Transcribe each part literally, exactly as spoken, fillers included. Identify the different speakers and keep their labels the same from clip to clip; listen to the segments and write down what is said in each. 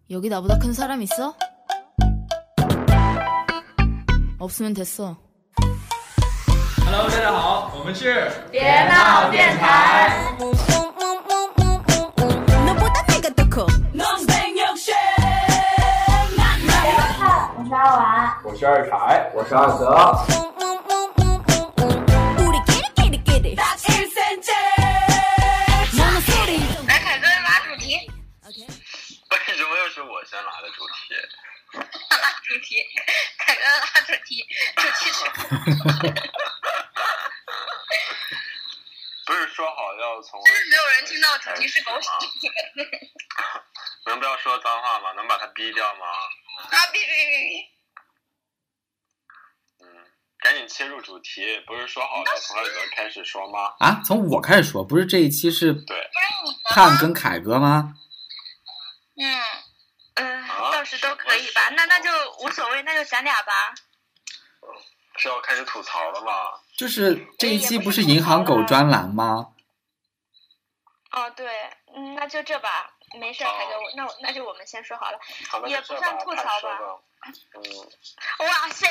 Speaker 1: 여기 나보다 큰 사람 있어? 없으면 됐어.
Speaker 2: Hello， 大家好，我们是
Speaker 3: 别闹电台。我是阿娃，
Speaker 2: 我是二凯，我是二泽。
Speaker 4: 来，凯哥拉主题。为什么又是我先拉的主题？拉主题，凯哥拉主题，主题是。不是说好要从？真是没有人听到主题是狗屎。能不要说脏话吗？能把它逼掉吗？啊，逼逼逼逼！嗯，赶紧切入主题，不是说好要从二泽开始说吗？
Speaker 5: 啊，从我开始说，不是这一期是
Speaker 4: 对
Speaker 5: 盼跟凯哥吗？
Speaker 4: 嗯嗯、呃，倒是都可以吧，那那就无所谓，那就咱俩吧。是要开始吐槽了吗？
Speaker 5: 就是这一期不是银行狗专栏吗？
Speaker 4: 哦，对，嗯，那就这吧，没事，凯哥，哦、那那就我们先说好了，好也不算吐槽吧。嗯，哇塞，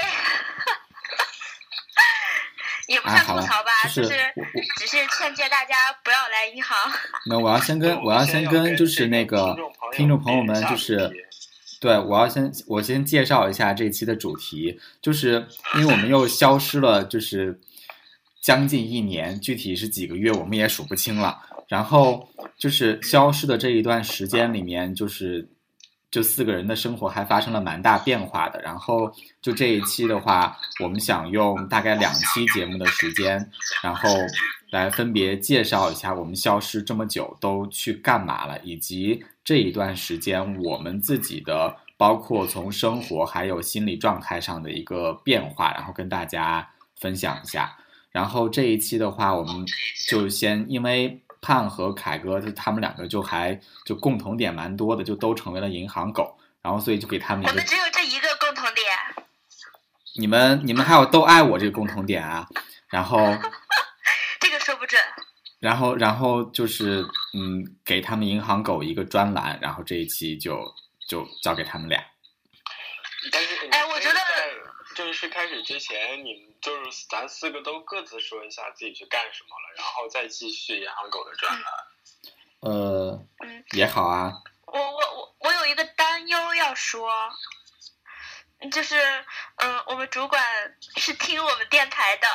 Speaker 4: 也不算吐槽吧，
Speaker 5: 啊、就是、
Speaker 4: 就是只是劝诫大家不要来银行。
Speaker 5: 那我要先跟我要先跟就是那个听众朋友们就是。对，我要先我先介绍一下这一期的主题，就是因为我们又消失了，就是将近一年，具体是几个月我们也数不清了。然后就是消失的这一段时间里面，就是就四个人的生活还发生了蛮大变化的。然后就这一期的话，我们想用大概两期节目的时间，然后来分别介绍一下我们消失这么久都去干嘛了，以及这一段时间我们自己的包括从生活还有心理状态上的一个变化，然后跟大家分享一下。然后这一期的话，我们就先因为盼和凯哥他们两个就还就共同点蛮多的，就都成为了银行狗，然后所以就给他们一个，
Speaker 4: 我们只有这一个共同点。
Speaker 5: 你们你们还有都爱我这个共同点啊，然后
Speaker 4: 这个说不准。
Speaker 5: 然后然后就是嗯，给他们银行狗一个专栏，然后这一期就就交给他们俩。
Speaker 4: 但是哎，我觉得在正式开始之前，你们就是咱四个都各自说一下自己去干什么了，然后再继续银行狗的专栏。
Speaker 5: 呃，嗯，也好啊。
Speaker 4: 我我我我有一个担忧要说，就是嗯、呃，我们主管是听我们电台的。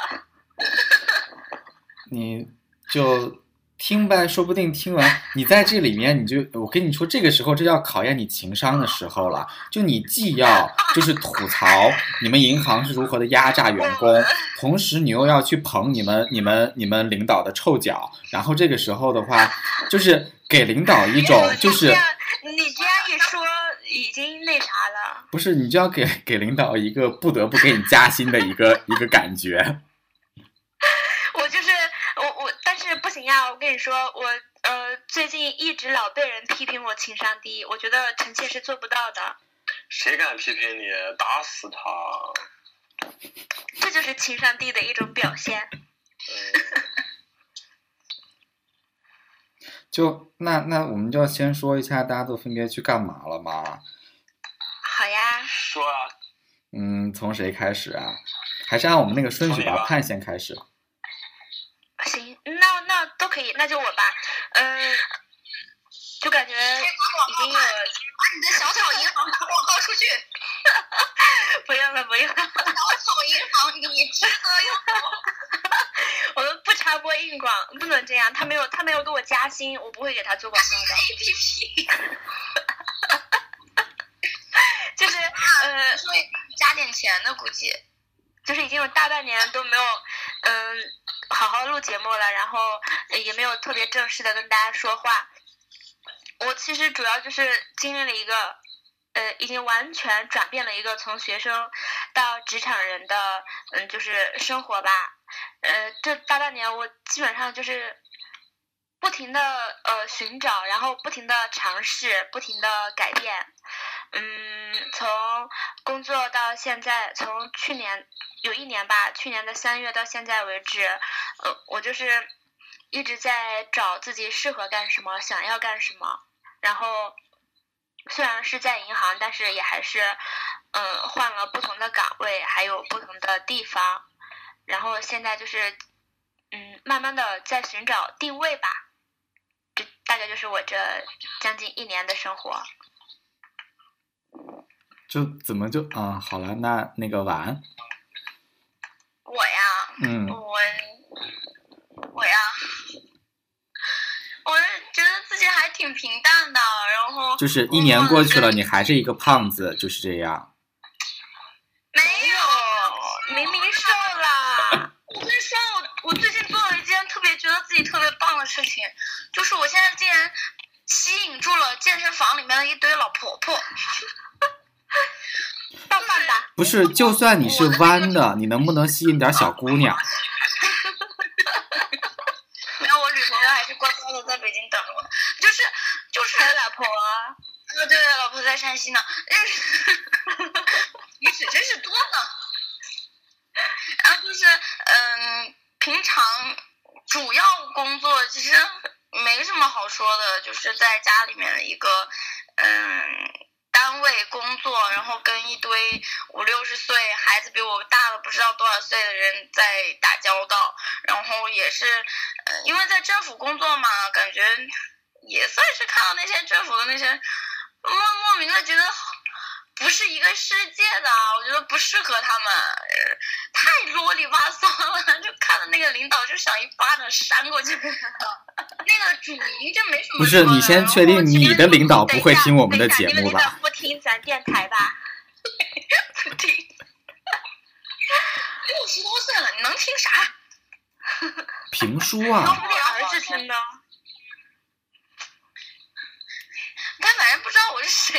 Speaker 5: 你就听呗，说不定听完你在这里面，你就我跟你说，这个时候这要考验你情商的时候了。就你既要就是吐槽你们银行是如何的压榨员工，同时你又要去捧你们你们你们领导的臭脚，然后这个时候的话，就是给领导一种就是
Speaker 4: 你这样一说，已经那啥了。
Speaker 5: 不是，你就要给给领导一个不得不给你加薪的一个一个感觉。
Speaker 4: 我就是我我，但是不行呀！我跟你说，我呃最近一直老被人批评我情商低，我觉得臣妾是做不到的。谁敢批评你？打死他！这就是情商低的一种表现。
Speaker 5: 就那那我们就要先说一下大家都分别去干嘛了吗？
Speaker 4: 好呀，说啊。
Speaker 5: 嗯，从谁开始啊？还是按我们那个顺序吧，盼先开始。
Speaker 4: 行，那那都可以，那就我吧。嗯、呃，就感觉已经有把你的小草银行打广告出去。不用了，不用了。小草银行，你值得拥有。我们不插播硬广，不能这样。他没有，他没有给我加薪，我不会给他做广告的。A P P。就是呃，说加点钱的估计。就是已经有大半年都没有，嗯，好好录节目了，然后也没有特别正式的跟大家说话。我其实主要就是经历了一个，呃，已经完全转变了一个从学生到职场人的，嗯，就是生活吧。呃，这大半年我基本上就是不停的呃寻找，然后不停的尝试，不停的改变。嗯，从工作到现在，从去年有一年吧，去年的三月到现在为止，呃，我就是一直在找自己适合干什么，想要干什么，然后虽然是在银行，但是也还是嗯换了不同的岗位，还有不同的地方，然后现在就是嗯慢慢的在寻找定位吧。这大概就是我这将近一年的生活。
Speaker 5: 就怎么就啊、嗯？好了，那那个晚安。
Speaker 4: 我呀，
Speaker 5: 嗯，
Speaker 4: 我我呀，我觉得自己还挺平淡的，然后
Speaker 5: 就是一年过去了，你还是一个胖子，就是这样。
Speaker 4: 没有，明明瘦了。我跟你说，我我最近做了一件特别觉得自己特别棒的事情，就是我现在竟然吸引住了健身房里面的一堆老婆婆。棒棒的。
Speaker 5: 不是，就算你是弯的，你能不能吸引点小姑娘？
Speaker 4: 没有，我女朋友还是乖乖的在北京等我，就是就是老婆啊，呃，对，老婆在山西呢，你只真是多呢。然后就是嗯，平常主要工作其实没什么好说的，就是在家里面的一个嗯单位工作，然后跟一堆五六十岁孩子比我大了不知道多少岁的人在打交道，然后也是呃因为在政府工作嘛，感觉也算是看到那些政府的那些莫莫名的觉得不是一个世界的，我觉得不适合他们，太啰里吧嗦了，就看到那个领导就想一巴掌扇过去。那个主营就没什么。
Speaker 5: 不是，你先确定你的领导不会听我们的节目吧？
Speaker 4: 你们领导不听咱电台吧？不听。六十多岁了，你能听啥？
Speaker 5: 评书啊。
Speaker 4: 都给儿子听的。他反正不知道我是谁。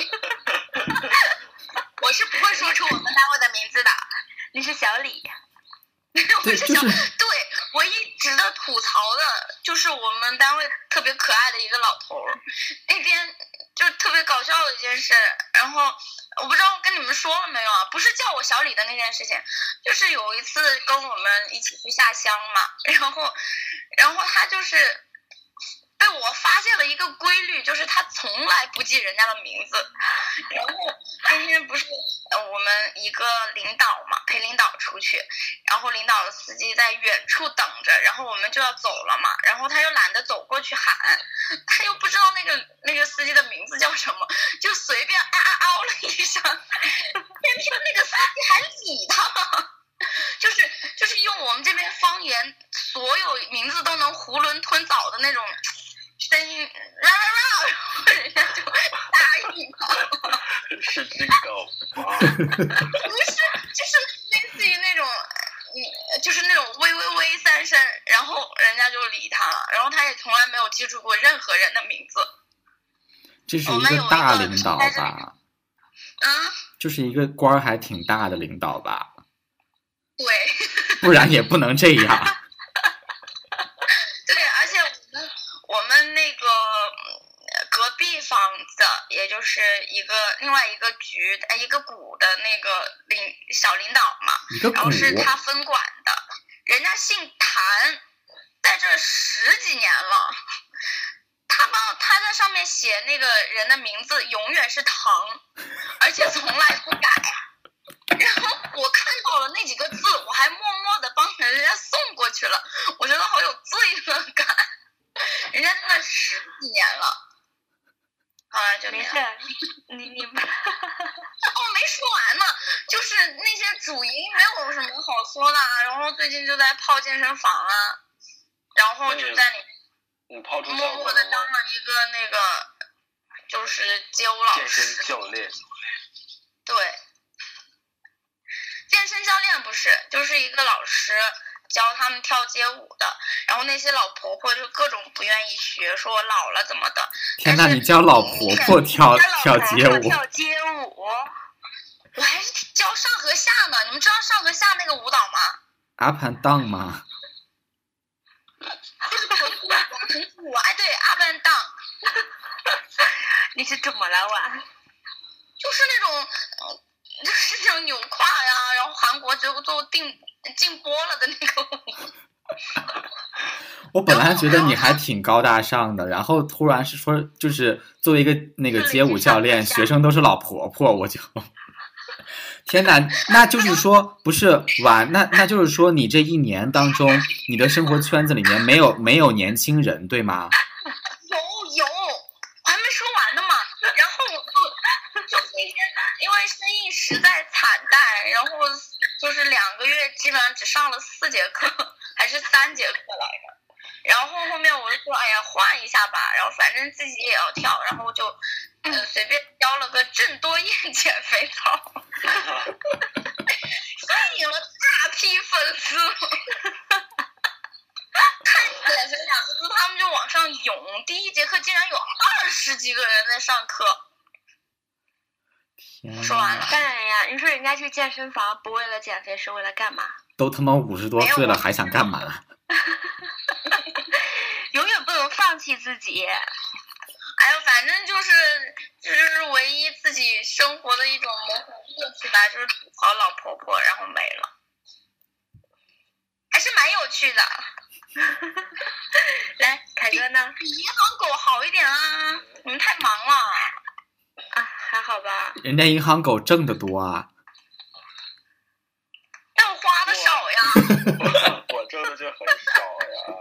Speaker 4: 我是不会说出我们单位的名字的。你是小李。
Speaker 5: 对，就是
Speaker 4: 对，我一直的吐槽的就是我们单位特别可爱的一个老头儿，那天就特别搞笑的一件事，然后我不知道跟你们说了没有啊？不是叫我小李的那件事情，就是有一次跟我们一起去下乡嘛，然后，然后他就是被我发现了一个规律，就是他从来不记人家的名字。然后今天不是呃我们一个领导嘛，陪领导出去，然后领导的司机在远处等着，然后我们就要走了嘛，然后他又懒得走过去喊，他又不知道那个那个司机的名字叫什么，就随便啊啊嗷了一声，偏偏那个司机还理他。就是就是用我们这边方言，所有名字都能囫囵吞枣的那种声音，啦啦啦，然后人家就答应了。
Speaker 6: 是这个吗？
Speaker 4: 不是，就是类似于那种，嗯，就是那种微微微三声，然后人家就理他了，然后他也从来没有记住过任何人的名字。
Speaker 5: 这是一个大领导吧？
Speaker 4: 嗯，
Speaker 5: 就是一个官儿还挺大的领导吧？
Speaker 4: 对，
Speaker 5: 不然也不能这样。
Speaker 4: 对，而且我们我们那个隔壁房子，也就是一个另外一个局呃一个股的那个领小领导嘛，然后是他分管的，人家姓谭，在这十几年了，他帮他在上面写那个人的名字永远是唐，而且从来不改。然后我看到了那几个字，我还默默的帮人家送过去了，我觉得好有罪恶感。人家真的十几年了，好了，就没事。你你哦，没说完呢，就是那些主营没有什么好说的，然后最近就在泡健身房啊，然后就在里默默的当了一个那个就是街舞老师，
Speaker 6: 健身教练。
Speaker 4: 对。健身教练不是，就是一个老师教他们跳街舞的，然后那些老婆婆就各种不愿意学，说我老了怎么的。
Speaker 5: 天哪，你教老婆婆跳跳街舞？
Speaker 4: 跳街舞，我还是教上和下呢。你们知道上和下那个舞蹈吗？
Speaker 5: 阿盘荡吗？
Speaker 4: 很土哎，对，阿盘荡。你是怎么了哇？就是那种。就是那种扭胯呀，然后韩国最后最后定禁播了的那个舞。
Speaker 5: 我本来觉得你还挺高大上的，然后突然是说，就是作为一个那个街舞教练，学生都是老婆婆，我就，天哪，那就是说不是玩，那那就是说你这一年当中，你的生活圈子里面没有没有年轻人，对吗？
Speaker 4: 有有，我还没说完呢嘛。然后我就就那天，因为生意实在惨淡，然后就是两个月基本上只上了四节课，还是三节课来着。然后后面我就说，哎呀，换一下吧。然后反正自己也要跳，然后我就嗯、呃、随便挑了个郑多燕减肥操，吸引了大批粉丝。看减肥两个字，他们就往上涌。第一节课竟然有二十几个人在上课。说完了。当然呀，你说人家去健身房不为了减肥，是为了干嘛？
Speaker 5: 都他妈五十多岁了，还想干嘛？
Speaker 4: 永远不能放弃自己。哎呦，反正就是这就是唯一自己生活的一种某种乐趣吧，就是吐槽老婆婆，然后没了，还是蛮有趣的。来，凯哥呢？比银行狗好一点啊！你们太忙了啊，还好吧？
Speaker 5: 人家银行狗挣得多啊。
Speaker 4: 但我花的少呀。
Speaker 6: 我挣的就很少呀。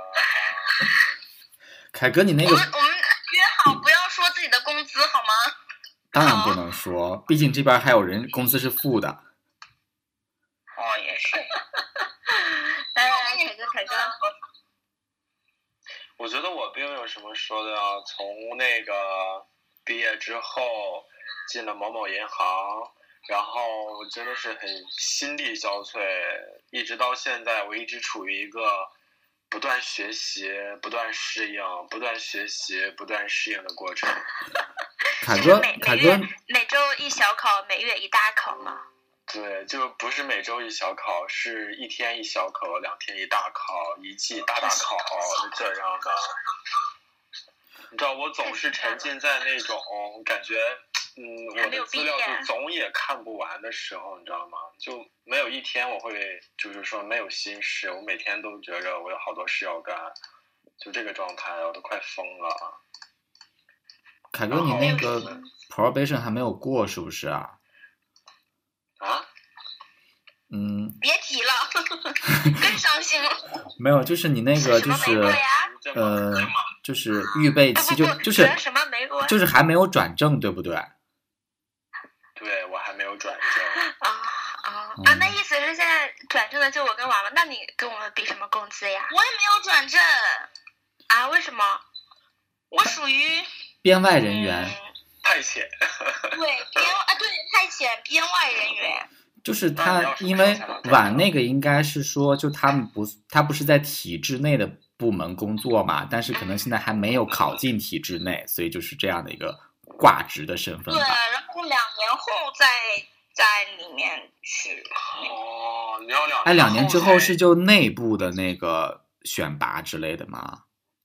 Speaker 5: 凯哥，你那个
Speaker 4: 我们我们约好不要说自己的工资好吗？
Speaker 5: 当然不能说，毕竟这边还有人工资是负的。
Speaker 4: 哦，也是。来来来，凯哥凯哥。
Speaker 6: 我觉得我并没有什么说的啊。从那个毕业之后进了某某银行，然后真的是很心力交瘁，一直到现在，我一直处于一个不断学习、不断适应、不断学习、不断适应的过程。
Speaker 5: 凯哥，
Speaker 4: 每
Speaker 5: 凯哥，
Speaker 4: 每周一小考，每月一大考嘛。
Speaker 6: 对，就不是每周一小考，是一天一小考，两天一大考，一季大大考，是这样的。你知道，我总是沉浸在那种感觉，嗯，我的资料就总也看不完的时候，你知道吗？就没有一天我会，就是说没有心事，我每天都觉着我有好多事要干，就这个状态，我都快疯了。
Speaker 5: 凯哥，你那个 probation 还没有过，是不是啊？
Speaker 6: 啊？
Speaker 5: 嗯。
Speaker 4: 别提了，更伤心了。
Speaker 5: 没有，就是你那个就是呃，就是预备期就就是
Speaker 4: 什么没过，
Speaker 5: 就是还没有转正，对不对？
Speaker 6: 对，我还没有转正。
Speaker 4: 啊啊啊！那意思是现在转正的就我跟娃娃，那你跟我们比什么工资呀？我也没有转正啊？为什么？我属于
Speaker 5: 编外人员。
Speaker 4: 嗯、
Speaker 6: 派遣。
Speaker 4: 对，编啊对派遣编外人员。
Speaker 5: 就是他，因为晚那个应该是说，就他们不，他不是在体制内的部门工作嘛，但是可能现在还没有考进体制内，所以就是这样的一个挂职的身份吧。
Speaker 4: 对，然后两年后再在里面去。
Speaker 6: 哦，你要两
Speaker 5: 哎，两年之后是就内部的那个选拔之类的吗？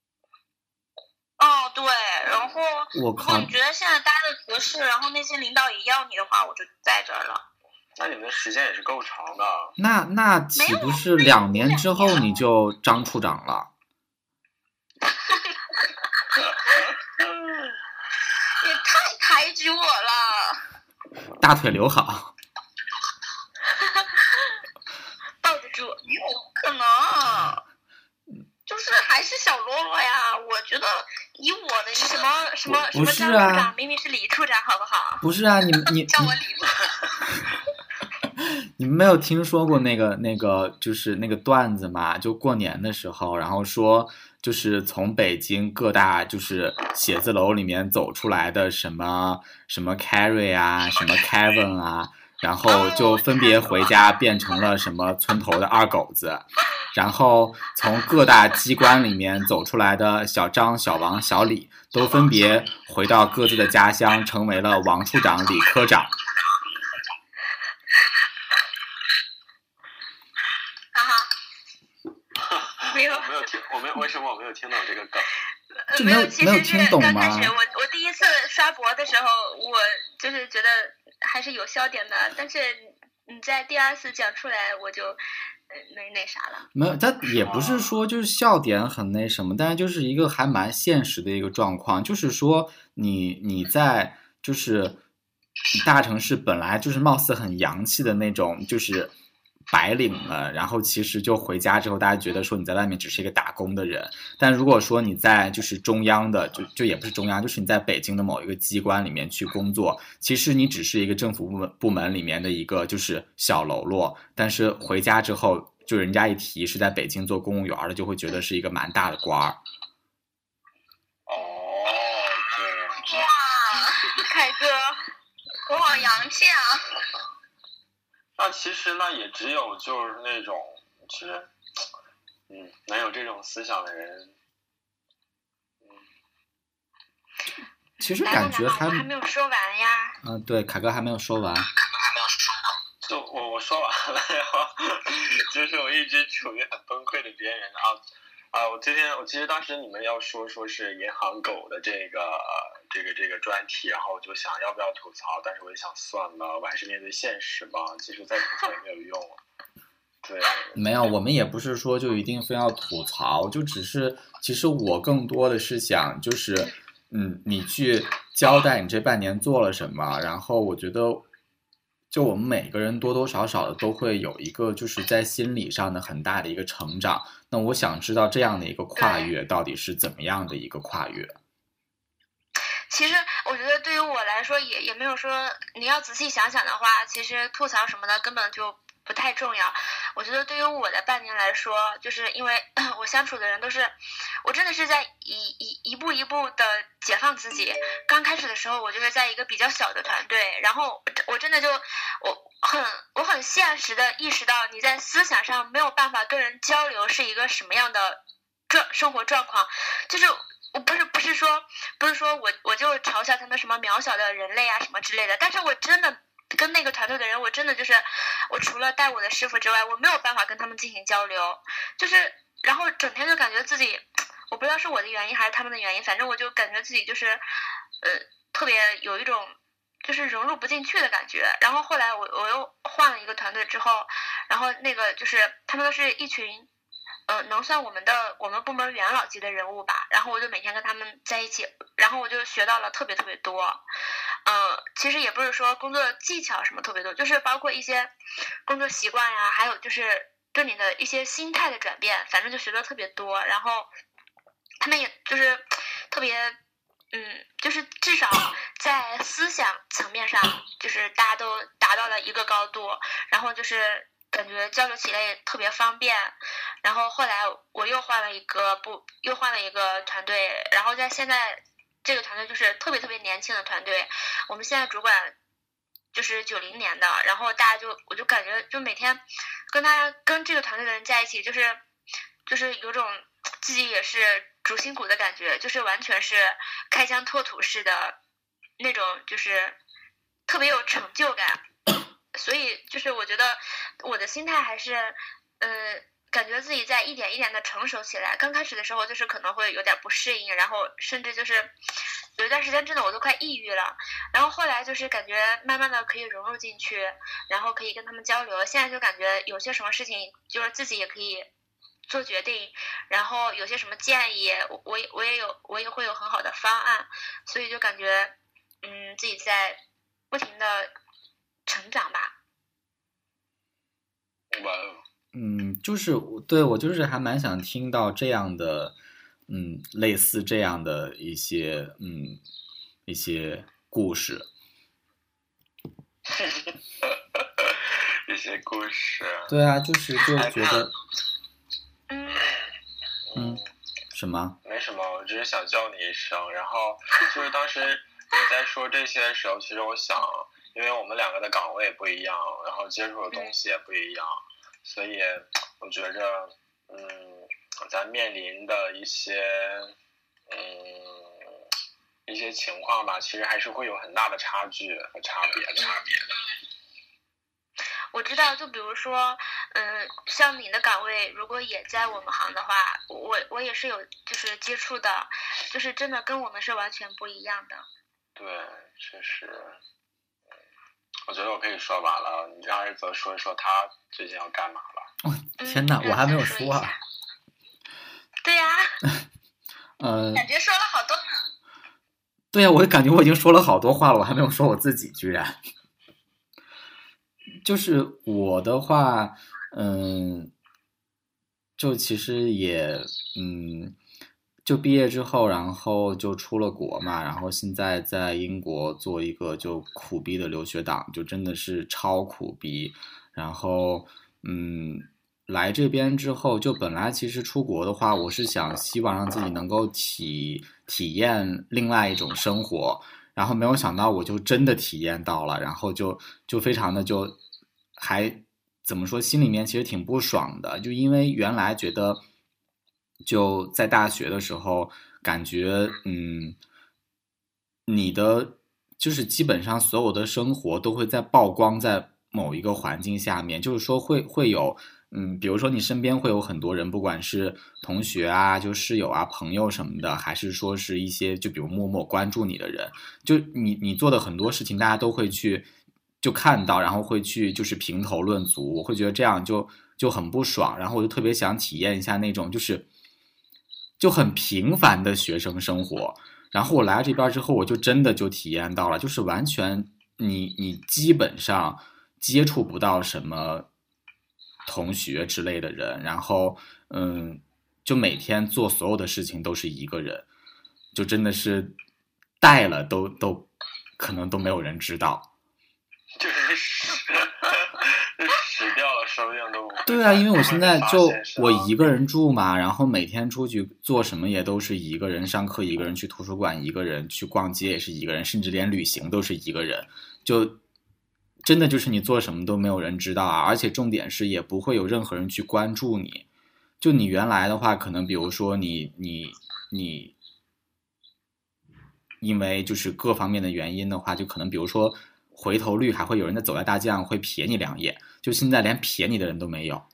Speaker 4: 哦，对，然后
Speaker 5: 我靠，
Speaker 4: 如果你觉得现在待的合适，然后那些领导也要你的话，我就在这儿了。
Speaker 6: 那你们的时间也是够长的。
Speaker 5: 那那岂不是两年之后你就张处长了？
Speaker 4: 也太抬举我了。
Speaker 5: 大腿留好。
Speaker 4: 抱得住？有可能。就是还是小喽啰呀，我觉得以我的什么什么什么张处长，明明是李处长，好不好？
Speaker 5: 不是啊，你你
Speaker 4: 叫我李处。
Speaker 5: 你们没有听说过那个那个就是那个段子吗？就过年的时候，然后说就是从北京各大就是写字楼里面走出来的什么什么 Carrie 啊，什么 Kevin 啊，然后就分别回家变成了什么村头的二狗子，然后从各大机关里面走出来的小张、小王、小李都分别回到各自的家乡，成为了王处长、李科长。
Speaker 6: 没有没有听，我没有为什么我没有听懂这个梗？
Speaker 5: 就没有没有听懂吗？
Speaker 4: 刚开始我我第一次刷博的时候，我就是觉得还是有笑点的，但是你在第二次讲出来，我就那那啥了。
Speaker 5: 没有，他也不是说就是笑点很那什么，但是就是一个还蛮现实的一个状况，就是说你你在就是大城市本来就是貌似很洋气的那种，就是白领了，然后其实就回家之后，大家觉得说你在外面只是一个打工的人。但如果说你在就是中央的，就就也不是中央，就是你在北京的某一个机关里面去工作，其实你只是一个政府部门部门里面的一个就是小喽啰，但是回家之后，就人家一提是在北京做公务员的，就会觉得是一个蛮大的官儿。
Speaker 6: 哦，
Speaker 4: 这样，哇，凯哥，我好洋气啊！
Speaker 6: 那其实呢，也只有就是那种，其实，嗯，能有这种思想的人，嗯，
Speaker 5: 其实感觉还
Speaker 4: 还没有说完呀。
Speaker 5: 嗯，对，凯哥还没有说完。
Speaker 6: 就我我说完了，然后就是我一直处于很崩溃的边缘啊啊！我今天我其实当时你们要说说是银行狗的这个这个这个专题，然后我就想要不要吐槽，但是我也想算了，我还是面对现实吧，即使再吐槽也没有用。对，
Speaker 5: 没有，我们也不是说就一定非要吐槽，就只是其实我更多的是想就是，嗯，你去交代你这半年做了什么，然后我觉得，就我们每个人多多少少的都会有一个就是在心理上的很大的一个成长。那我想知道这样的一个跨越到底是怎么样的一个跨越。
Speaker 4: 其实我觉得对于我来说也也没有说你要仔细想想的话，其实吐槽什么的根本就不太重要。我觉得对于我的半年来说，就是因为我相处的人都是，我真的是在一一一步一步的解放自己。刚开始的时候，我就是在一个比较小的团队，然后我真的就我很我很现实的意识到，你在思想上没有办法跟人交流是一个什么样的状生活状况，就是我不是不是说不是说我我就嘲笑他们什么渺小的人类啊什么之类的，但是我真的。跟那个团队的人，我真的就是，我除了带我的师傅之外，我没有办法跟他们进行交流，就是，然后整天就感觉自己，我不知道是我的原因还是他们的原因，反正我就感觉自己就是，呃，特别有一种就是融入不进去的感觉。然后后来我我又换了一个团队之后，然后那个就是他们都是一群。呃，能算我们的我们部门元老级的人物吧，然后我就每天跟他们在一起，然后我就学到了特别特别多。呃，其实也不是说工作技巧什么特别多，就是包括一些工作习惯呀，还有就是对你的一些心态的转变，反正就学的特别多。然后他们也就是特别，嗯，就是至少在思想层面上，就是大家都达到了一个高度，然后就是。感觉交流起来也特别方便，然后后来我又换了一个不，又换了一个团队，然后在现在这个团队就是特别特别年轻的团队，我们现在主管就是九零年的，然后大家就我就感觉就每天跟他跟这个团队的人在一起，就是就是有种自己也是主心骨的感觉，就是完全是开疆拓土式的那种，就是特别有成就感。所以就是我觉得我的心态还是，呃，感觉自己在一点一点的成熟起来。刚开始的时候就是可能会有点不适应，然后甚至就是有一段时间真的我都快抑郁了。然后后来就是感觉慢慢的可以融入进去，然后可以跟他们交流。现在就感觉有些什么事情就是自己也可以做决定，然后有些什么建议，我我也我也有我也会有很好的方案，所以就感觉嗯自己在不停的。成长吧，
Speaker 5: 嗯，就是对我就是还蛮想听到这样的，嗯，类似这样的一些，嗯，一些故事，
Speaker 6: 一些故事，
Speaker 5: 对啊，就是就觉得，
Speaker 4: 嗯
Speaker 5: 嗯，什么？
Speaker 6: 没什么，我只是想叫你一声，然后就是当时你在说这些的时候，其实我想。因为我们两个的岗位不一样，然后接触的东西也不一样，所以我觉着，嗯，咱面临的一些，嗯，一些情况吧，其实还是会有很大的差距和差别的。差别的。
Speaker 4: 我知道，就比如说，嗯，像你的岗位，如果也在我们行的话，我我也是有就是接触的，就是真的跟我们是完全不一样的。
Speaker 6: 对，确实。我觉得我可以说完了，你让二泽说一说他最近要干嘛吧。
Speaker 5: 哦， 天哪，我还没有说啊。
Speaker 4: 对呀、
Speaker 5: 啊。呃。
Speaker 4: 感觉说了好多。
Speaker 5: 对呀、啊，我感觉我已经说了好多话了，我还没有说我自己，居然。就是我的话，嗯，就其实也，嗯，就毕业之后，然后就出了国嘛，然后现在在英国做一个就苦逼的留学党，就真的是超苦逼。然后，嗯，来这边之后，就本来其实出国的话，我是想希望让自己能够体体验另外一种生活，然后没有想到我就真的体验到了，然后就就非常的就。还怎么说，心里面其实挺不爽的，就因为原来觉得就在大学的时候感觉嗯你的就是基本上所有的生活都会在曝光在某一个环境下面，就是说会会有嗯比如说你身边会有很多人，不管是同学啊就室友啊朋友什么的，还是说是一些就比如默默关注你的人，就你你做的很多事情大家都会去就看到，然后会去就是评头论足，我会觉得这样就就很不爽，然后我就特别想体验一下那种就是就很平凡的学生生活。然后我来到这边之后，我就真的就体验到了，就是完全你你基本上接触不到什么同学之类的人，然后嗯，就每天做所有的事情都是一个人，就真的是带了都都可能都没有人知道。
Speaker 6: 就是死死掉了，说不定都
Speaker 5: 对啊，因为我现在就我一个人住嘛，然后每天出去做什么也都是一个人，上课一个人，去图书馆一个人，去逛街也是一个人，甚至连旅行都是一个人，就真的就是你做什么都没有人知道啊，而且重点是也不会有任何人去关注你。就你原来的话，可能比如说你你你，因为就是各方面的原因的话，就可能比如说。回头率还会有人在走在大街上会瞥你两眼，就现在连瞥你的人都没有。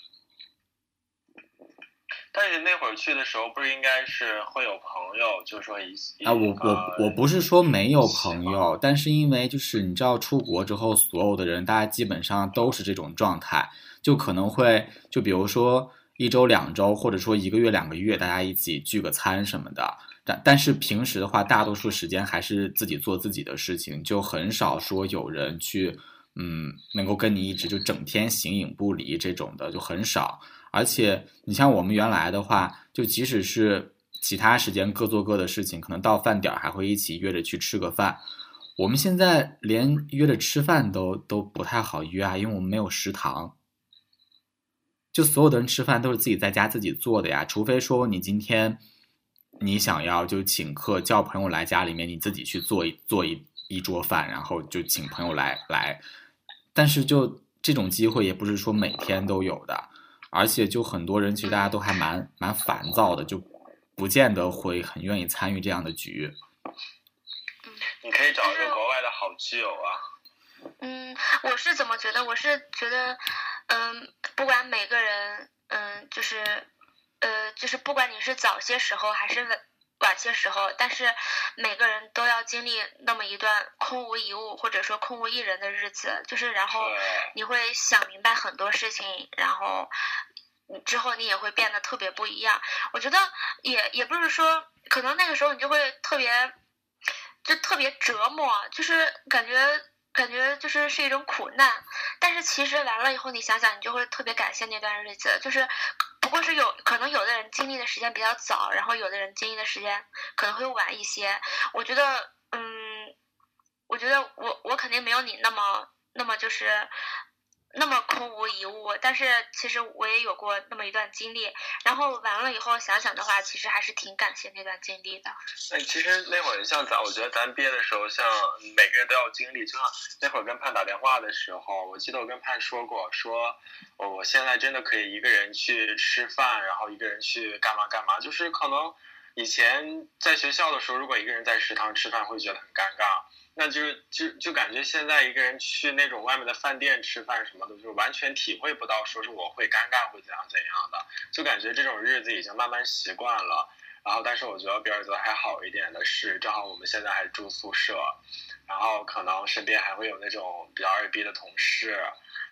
Speaker 6: 但是那会儿去的时候，不是应该是会有朋友，就是说一
Speaker 5: 啊，我我我不是说没有朋友，但是因为就是你知道出国之后，所有的人大家基本上都是这种状态，就可能会就比如说一周两周，或者说一个月两个月，大家一起聚个餐什么的。但但是平时的话，大多数时间还是自己做自己的事情，就很少说有人去，嗯，能够跟你一直就整天形影不离这种的就很少。而且你像我们原来的话，就即使是其他时间各做各的事情，可能到饭点还会一起约着去吃个饭。我们现在连约着吃饭都都不太好约啊，因为我们没有食堂。就所有的人吃饭都是自己在家自己做的呀，除非说你今天。你想要就请客叫朋友来家里面，你自己去做一做一一桌饭，然后就请朋友来来。但是就这种机会也不是说每天都有的，而且就很多人其实大家都还蛮蛮烦躁的，就不见得会很愿意参与这样的局。
Speaker 6: 你可以找一个国外的好基友啊。
Speaker 4: 嗯，我是怎么觉得？我是觉得，嗯，不管每个人，嗯，就是。呃，就是不管你是早些时候还是晚些时候，但是每个人都要经历那么一段空无一物或者说空无一人的日子，就是然后你会想明白很多事情，然后之后你也会变得特别不一样。我觉得也也不是说，可能那个时候你就会特别就特别折磨，就是感觉感觉就是是一种苦难，但是其实完了以后你想想，你就会特别感谢那段日子，就是不过是有可能有的人经历的时间比较早，然后有的人经历的时间可能会晚一些。我觉得嗯我觉得我我肯定没有你那么那么就是那么空无一物，但是其实我也有过那么一段经历，然后完了以后想想的话，其实还是挺感谢那段经历的。
Speaker 6: 哎，其实那会儿像咱，我觉得咱毕业的时候，像每个人都要经历。就像那会儿跟盼打电话的时候，我记得我跟盼说过，说我我现在真的可以一个人去吃饭，然后一个人去干嘛干嘛。就是可能以前在学校的时候，如果一个人在食堂吃饭，会觉得很尴尬。那就是就就感觉现在一个人去那种外面的饭店吃饭什么的，就完全体会不到说是我会尴尬会怎样怎样的，就感觉这种日子已经慢慢习惯了。然后但是我觉得比尔泽还好一点的是，正好我们现在还住宿舍，然后可能身边还会有那种比较二逼的同事，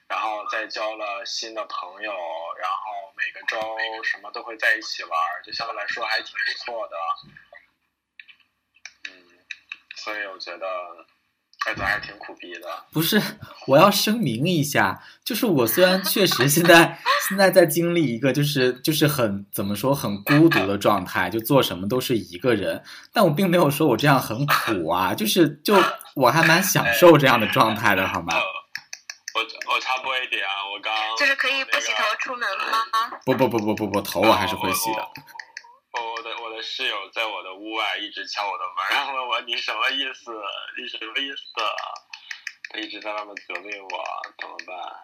Speaker 6: 然后再交了新的朋友，然后每个周什么都会在一起玩，就相对来说还挺不错的。嗯，所以我觉得艾泽还挺苦逼的。
Speaker 5: 不是，我要声明一下，就是我虽然确实现在现在在经历一个就是就是很怎么说很孤独的状态，就做什么都是一个人，但我并没有说我这样很苦啊，就是就我还蛮享受这样的状态的，好吗？
Speaker 6: 我我插播一点啊，我刚
Speaker 4: 就是可以不洗头出门吗？
Speaker 5: 不不不不不不，头我还是会洗的。
Speaker 6: 我我的我的室友在我的屋外一直敲我的门，然后问我你什么意思？你什么意思？他一直在外面责备我，怎么办？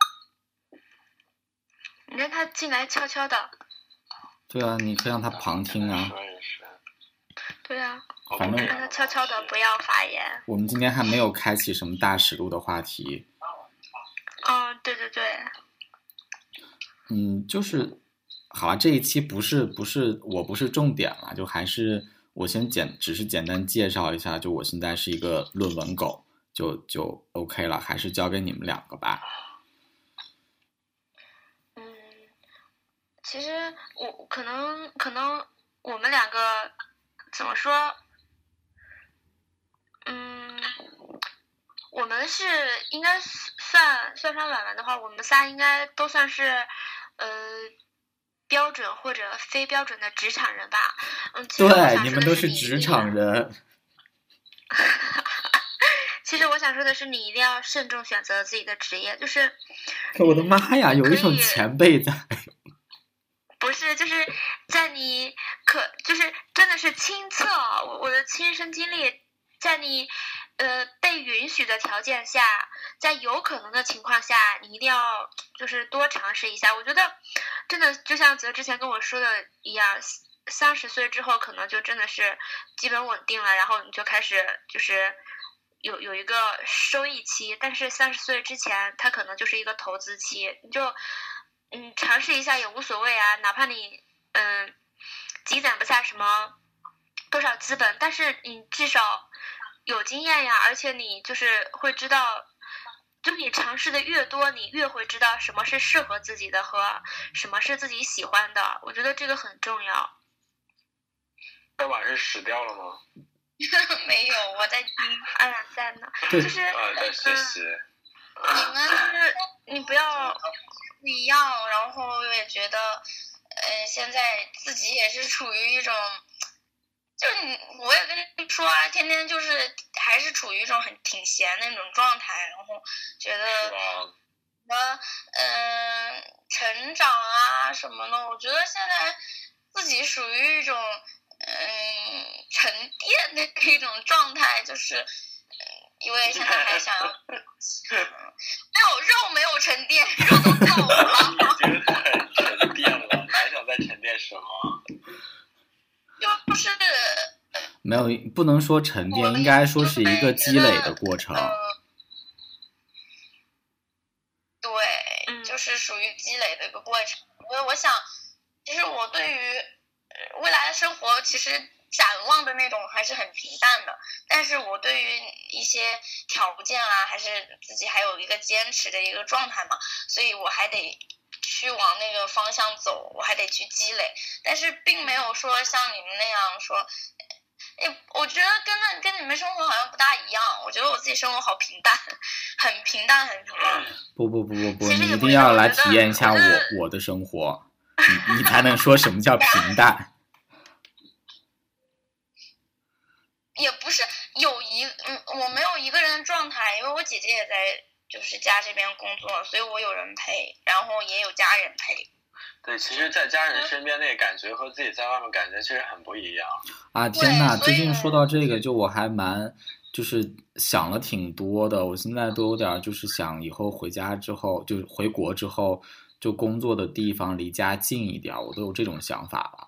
Speaker 4: 你让他进来悄悄的。
Speaker 5: 对啊，你可以让他旁听啊。
Speaker 6: 说也是。
Speaker 4: 对啊，
Speaker 5: 反正
Speaker 4: 让他悄悄的不要发言。
Speaker 5: 我们今天还没有开启什么大实录的话题。
Speaker 4: 嗯，对对对。
Speaker 5: 嗯，就是好啊，这一期不是不是我不是重点了，就还是我先简只是简单介绍一下，就我现在是一个论文狗，就就 OK 了，还是交给你们两个吧。
Speaker 4: 嗯，其实我可能可能我们两个怎么说？嗯。我们是应该算算上婉婉的话，我们仨应该都算是呃标准或者非标准的职场人吧。嗯，
Speaker 5: 对，你们都是职场人。
Speaker 4: 其实我想说的是，你一定要慎重选择自己的职业，就是。
Speaker 5: 我的妈呀，有一种前辈在。
Speaker 4: 不是，就是在你可就是真的是亲测，我我的亲身经历，在你。呃，被允许的条件下，在有可能的情况下，你一定要就是多尝试一下。我觉得，真的就像泽之前跟我说的一样，三十岁之后可能就真的是基本稳定了，然后你就开始就是有有一个收益期。但是三十岁之前，它可能就是一个投资期，你就嗯尝试一下也无所谓啊，哪怕你嗯积攒不下什么多少资本，但是你至少。有经验呀，而且你就是会知道，就你尝试的越多，你越会知道什么是适合自己的和什么是自己喜欢的。我觉得这个很重要。
Speaker 6: 二晚是死掉了吗？
Speaker 4: 没有，我在听，安然在呢。就是
Speaker 6: 呃，在学习。
Speaker 4: 嗯、你们就是你不要不一样，然后也觉得，呃，现在自己也是处于一种。就你，我也跟你说啊，天天就是还是处于一种很挺闲的那种状态，然后觉得什么嗯、呃、成长啊什么的，我觉得现在自己属于一种嗯、呃、沉淀的一种状态，就是嗯、呃、因为现在还想要嗯、没有肉没有沉淀，肉都走了，
Speaker 6: 已经很沉淀了，还想再沉淀什么？
Speaker 4: 就是
Speaker 5: 没有，不能说沉淀，应该说是一个积累的过程。
Speaker 4: 呃、对，就是属于积累的一个过程。因为我想，其实我对于未来的生活，其实展望的那种还是很平淡的。但是我对于一些条件啊，还是自己还有一个坚持的一个状态嘛，所以我还得。去往那个方向走，我还得去积累，但是并没有说像你们那样说，哎，我觉得跟那跟你们生活好像不大一样。我觉得我自己生活好平淡，很平淡，很平淡。
Speaker 5: 不不不不不，你一定要来体验一下我我, 我的生活，你你才能说什么叫平淡。
Speaker 4: 也不是有一嗯，我没有一个人的状态，因为我姐姐也在。就是家这边工作，所以我有人陪，然后也有家人陪。
Speaker 6: 对，其实在家人身边那个感觉和自己在外面感觉其实很不一样
Speaker 5: 啊！天哪，最近说到这个，就我还蛮就是想了挺多的。我现在都有点就是想以后回家之后，就是回国之后，就工作的地方离家近一点，我都有这种想法了。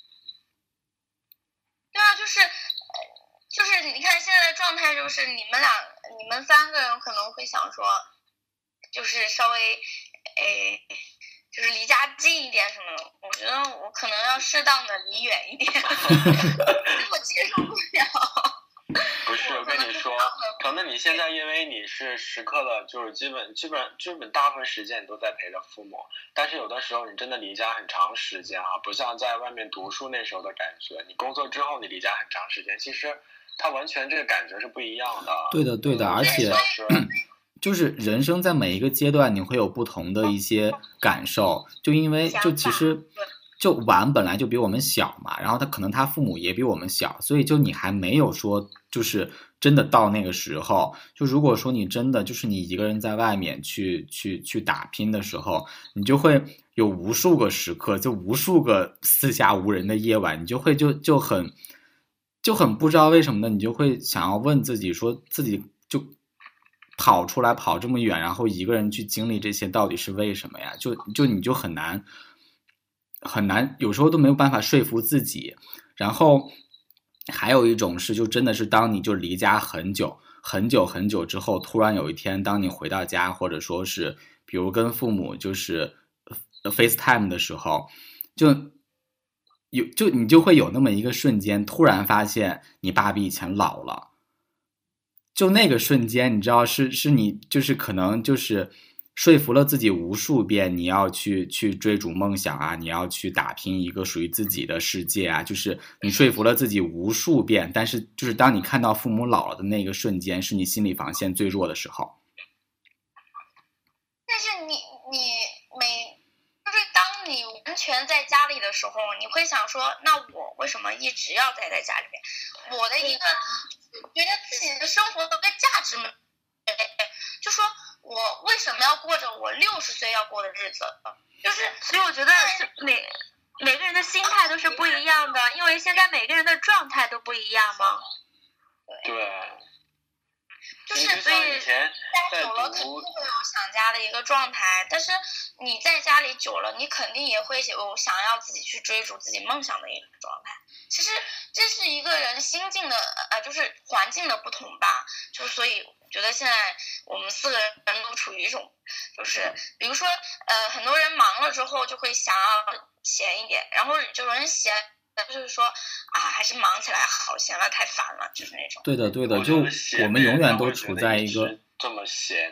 Speaker 4: 对啊，就是就是你看现在的状态，就是你们俩。你们三个人可能会想说，就是稍微，诶，就是离家近一点什么的。我觉得我可能要适当的离远一点，我接受不了。
Speaker 6: 不是，我跟你说，可能你现在因为你是时刻的，就是基本基本基本大部分时间你都在陪着父母，但是有的时候你真的离家很长时间啊，不像在外面读书那时候的感觉，你工作之后你离家很长时间，其实它完全这个感觉是不一样的。
Speaker 5: 对的，对的，而且就是人生在每一个阶段你会有不同的一些感受，就因为就其实。就婉本来就比我们小嘛，然后他可能他父母也比我们小，所以就你还没有说就是真的到那个时候。就如果说你真的就是你一个人在外面去去去打拼的时候，你就会有无数个时刻，就无数个四下无人的夜晚，你就会就就很就很不知道为什么呢，你就会想要问自己说自己就跑出来跑这么远，然后一个人去经历这些到底是为什么呀？就就你就很难。很难，有时候都没有办法说服自己。然后还有一种是，就真的是当你就离家很久很久很久之后，突然有一天，当你回到家，或者说是比如跟父母就是 FaceTime 的时候，就有就你就会有那么一个瞬间，突然发现你爸比以前老了。就那个瞬间，你知道是是你就是可能就是。说服了自己无数遍，你要去去追逐梦想啊，你要去打拼一个属于自己的世界啊，就是你说服了自己无数遍，但是就是当你看到父母老了的那个瞬间，是你心理防线最弱的时候。
Speaker 4: 但是你你每就是当你完全在家里的时候，你会想说，那我为什么一直要待在家里面？我的一个觉得自己的生活的价值嘛，就说。我为什么要过着我六十岁要过的日子？就是，所以我觉得是每每个人的心态都是不一样的，因为现在每个人的状态都不一样嘛。
Speaker 6: 对。
Speaker 4: 就是所以待久了肯定会有想家的一个状态，但是你在家里久了，你肯定也会有想要自己去追逐自己梦想的一个状态。其实这是一个人心境的呃，就是环境的不同吧。就是所以我觉得现在我们四个人都处于一种，就是比如说呃，很多人忙了之后就会想要闲一点，然后就有人闲。就是说啊，还是忙起来好，闲了太烦了，就是那种。
Speaker 5: 对的，对的，就我们永远都处在一个
Speaker 6: 这么闲。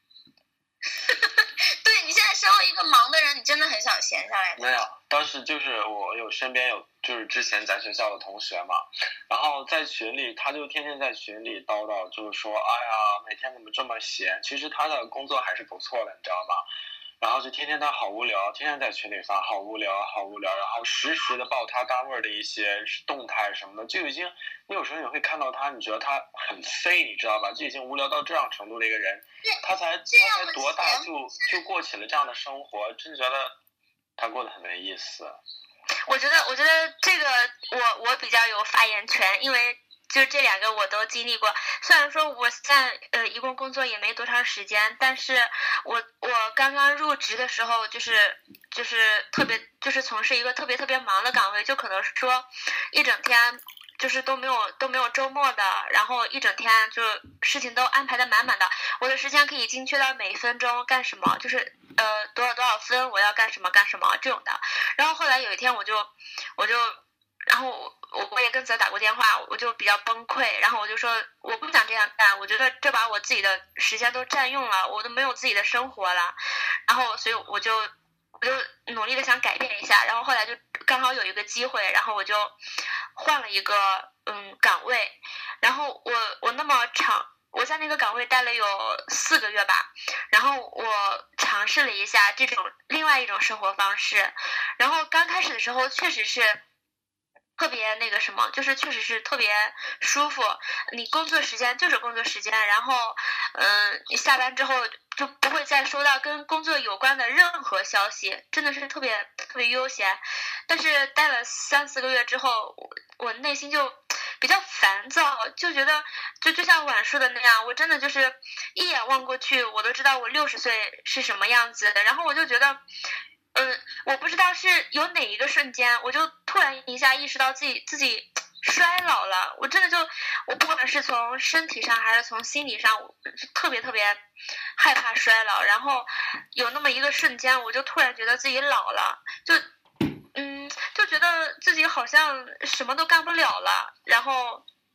Speaker 4: 对，你现在身为一个忙的人，你真的很想闲下来。
Speaker 6: 没有，当时就是我有身边有就是之前咱学校的同学嘛，然后在群里，他就天天在群里叨叨，就是说，哎呀，每天怎么这么闲？其实他的工作还是不错的，你知道吗？然后就天天他好无聊，天天在群里发好无聊好无聊，然后实时的报他单位的一些动态什么的，就已经你有时候你会看到他，你觉得他很废，你知道吧？就已经无聊到这样程度的一个人，他才他才多大就就过起了这样的生活，真觉得他过得很没意思。
Speaker 4: 我觉得我觉得这个我我比较有发言权，因为就这两个我都经历过。虽然说我现在呃一共工作也没多长时间，但是我我刚刚入职的时候，就是就是特别就是从事一个特别特别忙的岗位，就可能是说一整天就是都没有都没有周末的，然后一整天就事情都安排的满满的，我的时间可以精确到每一分钟干什么，就是呃多少多少分我要干什么干什么这种的。然后后来有一天我就我就然后我我也跟泽打过电话，我就比较崩溃，然后我就说我不想这样干，我觉得这把我自己的时间都占用了，我都没有自己的生活了，然后所以我就我就努力的想改变一下，然后后来就刚好有一个机会，然后我就换了一个嗯岗位，然后我我那么长。我在那个岗位待了有四个月吧，然后我尝试了一下这种另外一种生活方式，然后刚开始的时候确实是特别那个什么，就是确实是特别舒服，你工作时间就是工作时间，然后嗯，你下班之后就不会再收到跟工作有关的任何消息，真的是特别特别悠闲。但是待了三四个月之后，我我内心就比较烦躁，就觉得就就像婉说的那样，我真的就是一眼望过去，我都知道我六十岁是什么样子的。然后我就觉得，嗯，我不知道是有哪一个瞬间，我就突然一下意识到自己自己衰老了。我真的就，我不管是从身体上还是从心理上，我特别特别害怕衰老。然后有那么一个瞬间，我就突然觉得自己老了，就。嗯，就觉得自己好像什么都干不了了，然后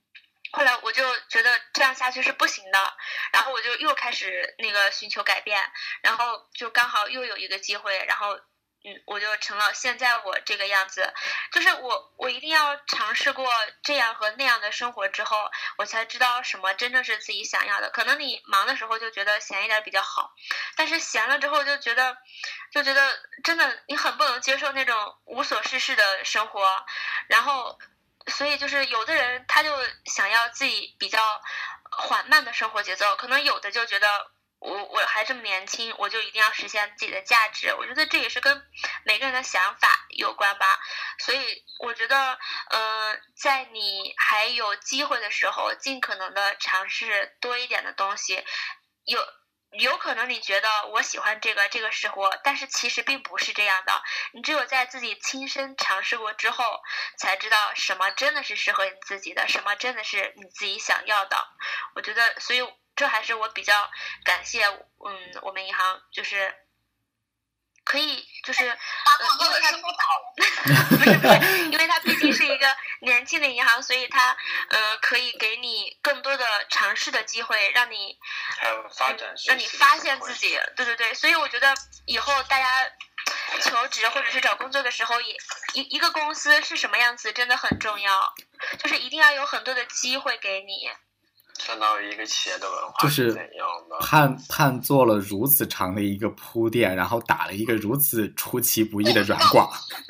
Speaker 4: 后来我就觉得这样下去是不行的，然后我就又开始那个寻求改变，然后就刚好又有一个机会，然后嗯，我就成了现在我这个样子。就是我我一定要尝试过这样和那样的生活之后，我才知道什么真正是自己想要的。可能你忙的时候就觉得闲一点比较好，但是闲了之后就觉得就觉得真的你很不能接受那种无所事事的生活，然后所以就是有的人他就想要自己比较缓慢的生活节奏，可能有的就觉得我我还这么年轻，我就一定要实现自己的价值。我觉得这也是跟每个人的想法有关吧。所以我觉得呃，在你还有机会的时候，尽可能的尝试多一点的东西。有有可能你觉得我喜欢这个这个生活，但是其实并不是这样的。你只有在自己亲身尝试过之后，才知道什么真的是适合你自己的，什么真的是你自己想要的。我觉得，所以这还是我比较感谢，嗯，我们银行就是可以就是
Speaker 3: 把广告的生活倒了，
Speaker 4: 不是不是，因为它毕竟是一个年轻的银行，所以它呃可以给你更多的尝试的机会，让你
Speaker 6: 还有发展、
Speaker 4: 嗯，让你发现自己。对对对，所以我觉得以后大家求职或者是找工作的时候，也一一个公司是什么样子真的很重要，就是一定要有很多的机会给你。
Speaker 6: 相当于一个企业的文化
Speaker 5: 就是
Speaker 6: 怎样的？
Speaker 5: 盼盼做了如此长的一个铺垫，然后打了一个如此出其不意的软广。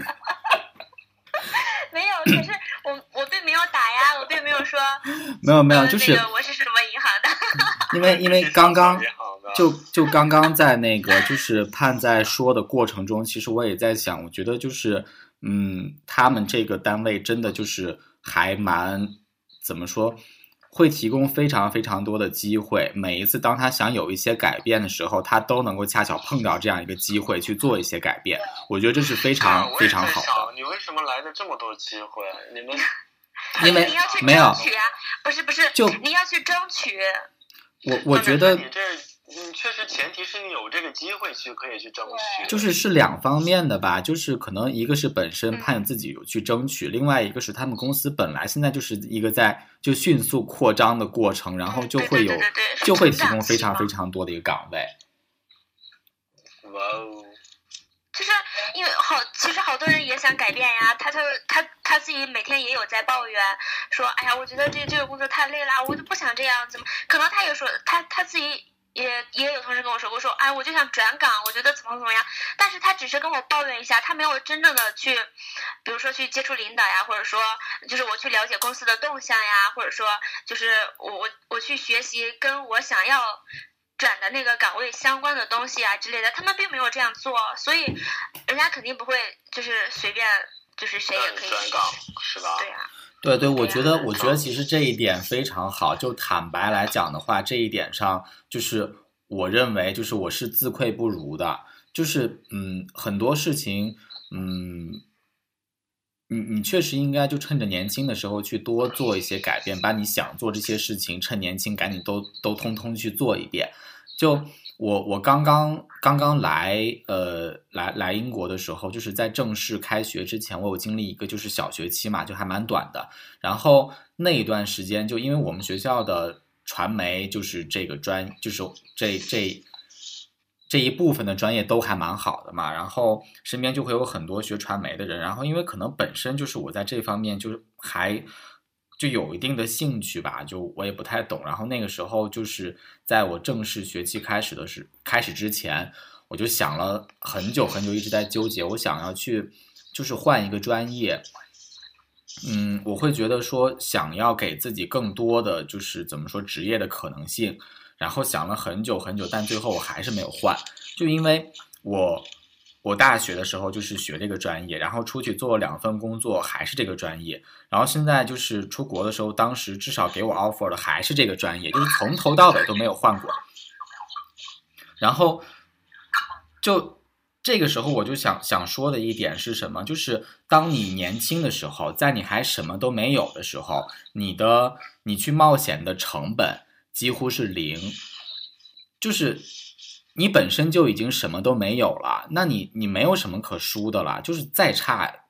Speaker 4: 没有，可是我我并没有打呀，我并没有说
Speaker 5: 没有没有，
Speaker 4: 呃、
Speaker 5: 就是、
Speaker 4: 那个、我是什么银行的。
Speaker 5: 因为因为刚刚就就刚刚在那个就是盼在说的过程中，其实我也在想，我觉得就是嗯，他们这个单位真的就是还蛮怎么说？会提供非常非常多的机会，每一次当他想有一些改变的时候，他都能够恰巧碰到这样一个机会去做一些改变。我觉得这是非常非常好的。
Speaker 6: 你为什么来的这么多机会？你们
Speaker 5: 因为
Speaker 4: 你要去
Speaker 5: 没有
Speaker 4: 争取啊，不是不是，
Speaker 5: 就
Speaker 4: 你要去争取。
Speaker 5: 我我觉得
Speaker 6: 你这嗯，确实前提是你有这个机会去可以去争取，
Speaker 5: 就是是两方面的吧，就是可能一个是本身盼自己有去争取，
Speaker 4: 嗯、
Speaker 5: 另外一个是他们公司本来现在就是一个在就迅速扩张的过程，然后就会有、
Speaker 4: 嗯、对对对对
Speaker 5: 就会提供非常非常多的一个岗位。
Speaker 6: 哇哦！
Speaker 4: 就是因为好，其实好多人也想改变呀，他他他他自己每天也有在抱怨，说哎呀，我觉得这这个工作太累了，我就不想这样，怎么可能他也说他他自己。也也有同事跟我说过说，哎，我就想转岗，我觉得怎么怎么样，但是他只是跟我抱怨一下，他没有真正的去，比如说去接触领导呀，或者说就是我去了解公司的动向呀，或者说就是我我我去学习跟我想要转的那个岗位相关的东西啊之类的，他们并没有这样做，所以人家肯定不会就是随便就是谁也可以
Speaker 6: 转岗，是吧？
Speaker 4: 对呀、啊。
Speaker 5: 对对，我觉得，我觉得其实这一点非常好。就坦白来讲的话，这一点上，就是我认为，就是我是自愧不如的。就是嗯，很多事情，嗯，你你确实应该就趁着年轻的时候去多做一些改变，把你想做这些事情，趁年轻赶紧都都通通去做一遍。就我我刚刚刚刚来呃来来英国的时候，就是在正式开学之前，我有经历一个就是小学期嘛，就还蛮短的。然后那一段时间，就因为我们学校的传媒就是这个专，就是这这这一部分的专业都还蛮好的嘛。然后身边就会有很多学传媒的人，然后因为可能本身就是我在这方面就是还。就有一定的兴趣吧，就我也不太懂。然后那个时候就是在我正式学期开始的时开始之前，我就想了很久很久，一直在纠结，我想要去就是换一个专业。嗯，我会觉得说想要给自己更多的就是怎么说职业的可能性，然后想了很久很久，但最后我还是没有换，就因为我。我大学的时候就是学这个专业，然后出去做了两份工作，还是这个专业。然后现在就是出国的时候，当时至少给我 offer 的还是这个专业，就是从头到尾都没有换过。然后就这个时候我就想想说的一点是什么？就是当你年轻的时候，在你还什么都没有的时候，你的你去冒险的成本几乎是零，就是。你本身就已经什么都没有了，那你你没有什么可输的了，就是再差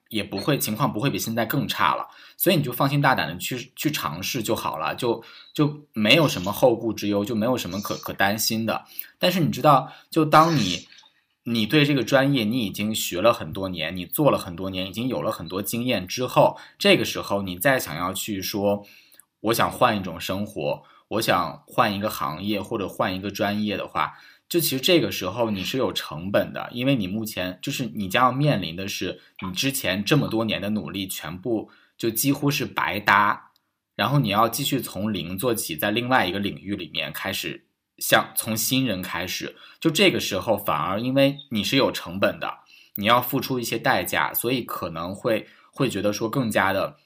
Speaker 5: 也不会情况不会比现在更差了，所以你就放心大胆的去去尝试就好了，就就没有什么后顾之忧，就没有什么可可担心的。但是你知道，就当你你对这个专业你已经学了很多年，你做了很多年，已经有了很多经验之后，这个时候你再想要去说我想换一种生活，我想换一个行业或者换一个专业的话，就其实这个时候你是有成本的，因为你目前就是你将要面临的是你之前这么多年的努力全部就几乎是白搭，然后你要继续从零做起，在另外一个领域里面开始像从新人开始，就这个时候反而因为你是有成本的，你要付出一些代价，所以可能会会觉得说更加的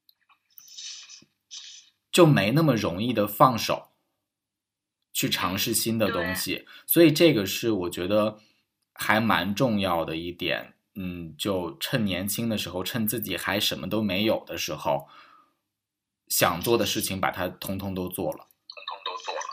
Speaker 5: 就没那么容易的放手去尝试新的东西，所以这个是我觉得还蛮重要的一点。嗯，就趁年轻的时候，趁自己还什么都没有的时候，想做的事情把它通通都做了，
Speaker 6: 通通都做了。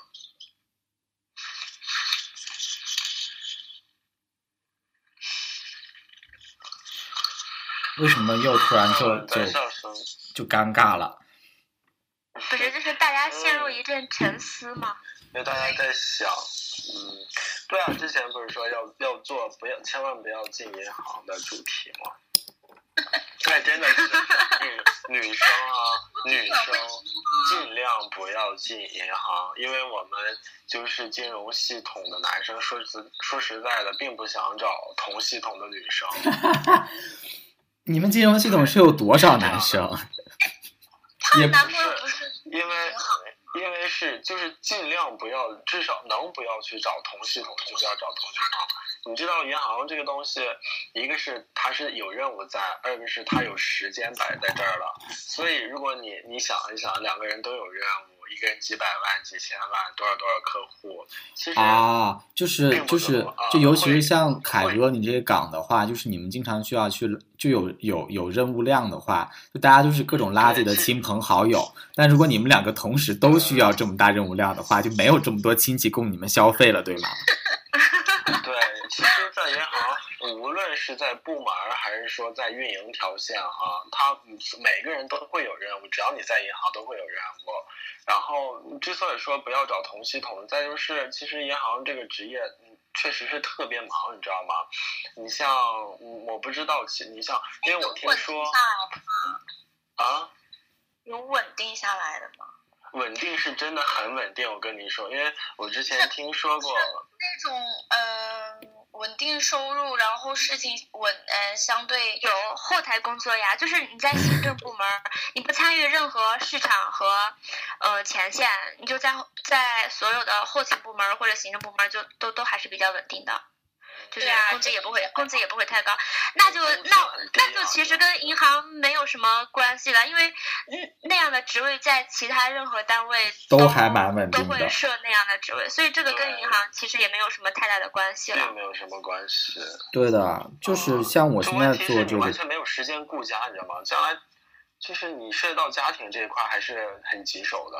Speaker 5: 为什么又突然就就就尴尬了？
Speaker 4: 不是，就是大家陷入一阵沉思嘛。
Speaker 6: 因为大家在想，嗯，对啊，之前不是说要要做不要千万不要进银行的主题吗？对，真的是女女生啊，女生尽量不要进银行，因为我们就是金融系统的男生，说实说实在的，并不想找同系统的女生。
Speaker 5: 你们金融系统是有多少男生？
Speaker 4: 她男朋友不是
Speaker 6: 因为。因为是就是尽量不要，至少能不要去找同系统就不要找同系统。你知道银行这个东西，一个是它是有任务在，二个是它有时间摆在这儿了。所以如果你你想一想，两个人都有任务，一个人几百万、几千万，多少多少客户，其实
Speaker 5: 啊，就是就是就尤其是像凯哥你这个岗的话，就是你们经常需要去就有有有任务量的话，就大家就是各种拉自己的亲朋好友。但如果你们两个同时都需要这么大任务量的话，就没有这么多亲戚供你们消费了，对吗？
Speaker 6: 对，其实，在银行，无论是在部门还是说在运营条线哈，它每个人都会有任务，只要你在银行都会有任务。然后，之所以说不要找同系统，再就是其实银行这个职业确实是特别忙，你知道吗？你像我不知道，你像因为我听说啊。
Speaker 4: 有稳定下来的吗？
Speaker 6: 稳定是真的很稳定，我跟你说，因为我之前听说过
Speaker 4: 那种呃稳定收入，然后事情稳呃相对有后台工作呀，就是你在行政部门，你不参与任何市场和呃前线，你就在在所有的后勤部门或者行政部门就都都还是比较稳定的。就是工资也不会，工资也不会太高，那就那那就其实跟银行没有什么关系了，因为嗯那样的职位在其他任何单位
Speaker 5: 都还蛮稳定的，
Speaker 4: 都会设那样的职位，所以这个跟银行其实也没有什么太大的关系了，
Speaker 6: 并没有什么关系。
Speaker 5: 对的，就是像我现在做这个，
Speaker 6: 完全没有时间顾家，你知道吗？将来就是你涉及到家庭这一块还是很棘手的。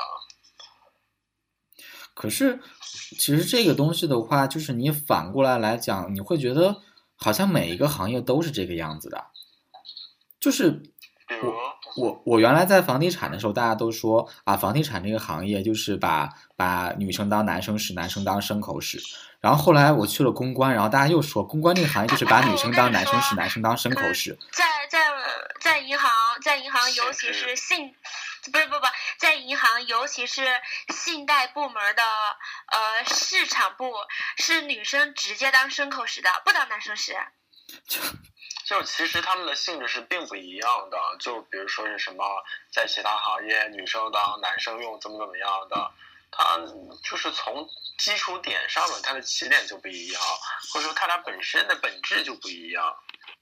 Speaker 5: 可是其实这个东西的话，就是你反过来来讲，你会觉得好像每一个行业都是这个样子的。就是我我我原来在房地产的时候，大家都说啊，房地产这个行业就是把把女生当男生使，男生当牲口使。然后后来我去了公关，然后大家又说公关这个行业就是把女生当男生使，男生当牲口使。
Speaker 4: 在在在银行，在银行尤其是信。不是不不，在银行，尤其是信贷部门的呃市场部，是女生直接当牲口使的，不当男生使。
Speaker 6: 就就其实他们的性质是并不一样的，就比如说是什么，在其他行业女生当男生用怎么怎么样的，它就是从基础点上面，它的起点就不一样，或者说它俩本身的本质就不一样。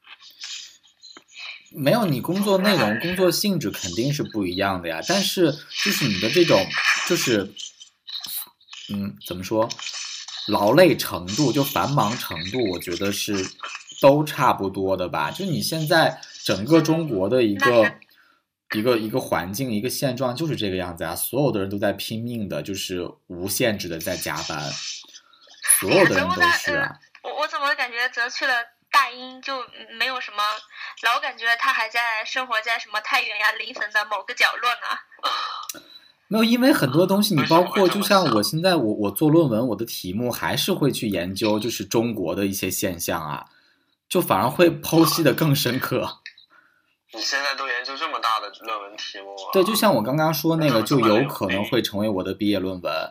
Speaker 5: 没有，你工作内容、工作性质肯定是不一样的呀。但是就是你的这种，就是，嗯，怎么说，劳累程度就繁忙程度，我觉得是都差不多的吧。就你现在整个中国的一个一个一个环境、一个现状就是这个样子啊。所有的人都在拼命的，就是无限制的在加班，所有的人都是啊。
Speaker 4: 我我怎么感觉则去了大大英就没有什么，老感觉他还在生活在什么太原呀、临汾的某个角落呢。
Speaker 5: 没有，因为很多东西你包括就像我现在我我做论文，我的题目还是会去研究就是中国的一些现象啊，就反而会剖析的更深刻。
Speaker 6: 你现在都研究这么大的论文题目啊？
Speaker 5: 对，就像我刚刚说那个，就有可能会成为我的毕业论文。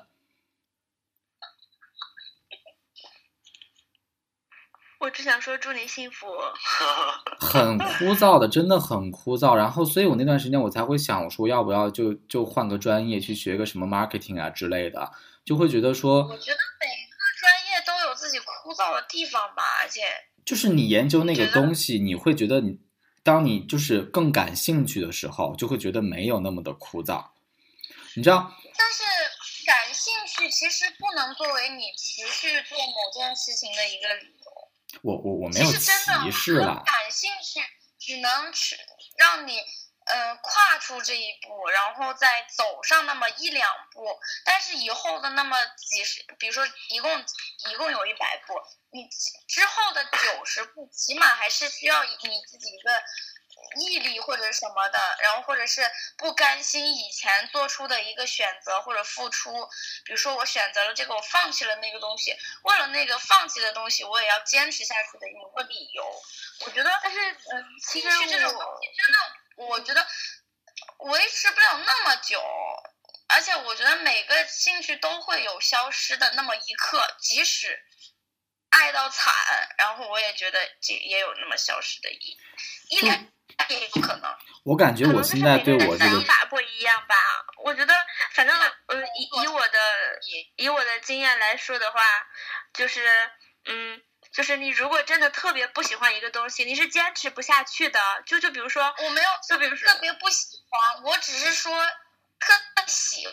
Speaker 4: 我只想说祝你幸福。
Speaker 5: 很枯燥的，真的很枯燥。然后，所以我那段时间我才会想，我说要不要就就换个专业去学个什么 marketing 啊之类的，就会觉得说，
Speaker 4: 我觉得每个专业都有自己枯燥的地方吧，而且
Speaker 5: 就是你研究那个东西，你会觉得你，当你就是更感兴趣的时候，就会觉得没有那么的枯燥，你知道？
Speaker 4: 但是感兴趣其实不能作为你持续做某件事情的一个理由。
Speaker 5: 我我我没有歧视啦。
Speaker 4: 感兴趣只能去让你呃跨出这一步，然后再走上那么一两步，但是以后的那么几十，比如说一共一共有一百步，你之后的九十步起码还是需要你自己一个毅力或者什么的，然后或者是不甘心以前做出的一个选择或者付出，比如说我选择了这个，我放弃了那个东西，为了那个放弃的东西我也要坚持下去的有个理由。我觉得但是嗯，其实这种东西真的我觉得维持不了那么久，而且我觉得每个兴趣都会有消失的那么一刻，即使爱到惨，然后我也觉得这也有那么消失的一一两也有可能。
Speaker 5: 我感觉我现在对我这个
Speaker 4: 想法不一样吧。我觉得反正呃以以我的以我的经验来说的话，就是嗯就是你如果真的特别不喜欢一个东西，你是坚持不下去的。就就比如说我没有就比如说特别不喜欢，我只是说特喜。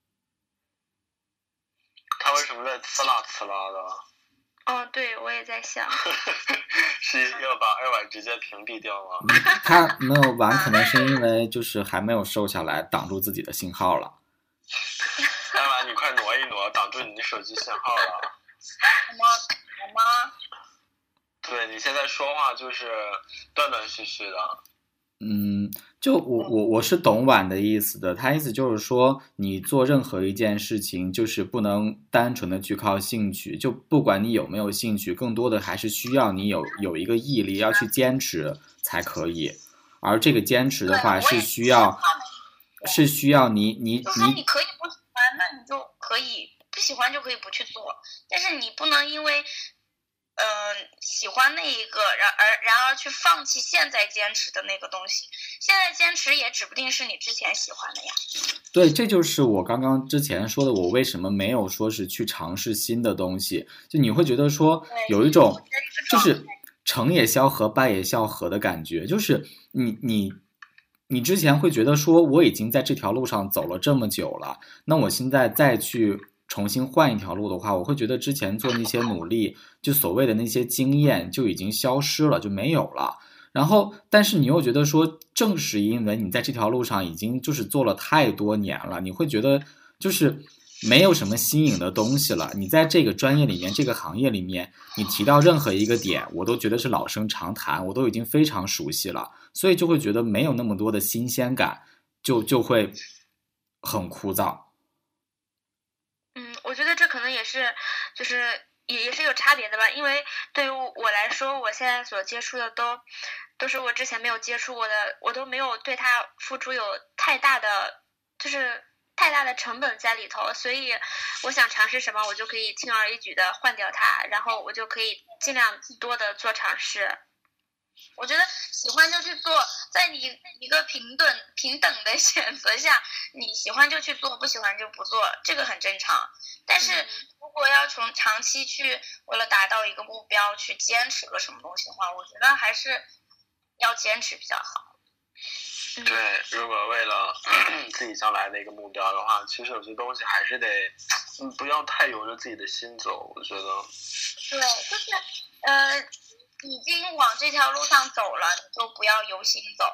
Speaker 6: 他为什么在呲啦呲啦的？
Speaker 4: 哦，对，我也在想，
Speaker 6: 是要把二碗直接屏蔽掉吗？
Speaker 5: 他没有完，可能是因为就是还没有瘦下来，挡住自己的信号了。
Speaker 6: 二碗，你快挪一挪，挡住你手机信号了。
Speaker 4: 什么？什么？
Speaker 6: 对，你现在说话就是断断续续的。
Speaker 5: 嗯，就我我我是懂婉的意思的，他意思就是说，你做任何一件事情，就是不能单纯的去靠兴趣，就不管你有没有兴趣，更多的还是需要你有有一个毅力，要去坚持才可以。而这个坚持的话，是需要是需要你你
Speaker 4: 就是说你可以不喜欢，那你就可以不喜欢就可以不去做，但是你不能因为嗯、呃，喜欢那一个，然而然而去放弃现在坚持的那个东西。现在坚持也指不定是你之前喜欢的呀。
Speaker 5: 对，这就是我刚刚之前说的，我为什么没有说是去尝试新的东西。就你会觉得说有一种就是成也萧何，败也萧何的感觉，就是你你你之前会觉得说我已经在这条路上走了这么久了，那我现在再去重新换一条路的话，我会觉得之前做那些努力，就所谓的那些经验就已经消失了，就没有了。然后，但是你又觉得说，正是因为你在这条路上已经就是做了太多年了，你会觉得就是没有什么新颖的东西了。你在这个专业里面，这个行业里面，你提到任何一个点，我都觉得是老生常谈，我都已经非常熟悉了，所以就会觉得没有那么多的新鲜感，就就会很枯燥。
Speaker 4: 嗯，我觉得这可能也是，就是也也是有差别的吧。因为对于我来说，我现在所接触的都都是我之前没有接触过的，我都没有对它付出有太大的，就是太大的成本在里头。所以我想尝试什么，我就可以轻而易举的换掉它，然后我就可以尽量多的做尝试。我觉得喜欢就去做，在你一个平等平等的选择下，你喜欢就去做，不喜欢就不做，这个很正常。但是如果要从长期去为了达到一个目标去坚持个什么东西的话，我觉得还是要坚持比较好。
Speaker 6: 对，如果为了自己将来的一个目标的话，其实有些东西还是得不要太由着自己的心走，我觉得。
Speaker 4: 对，就是呃已经往这条路上走了，你就不要由心走。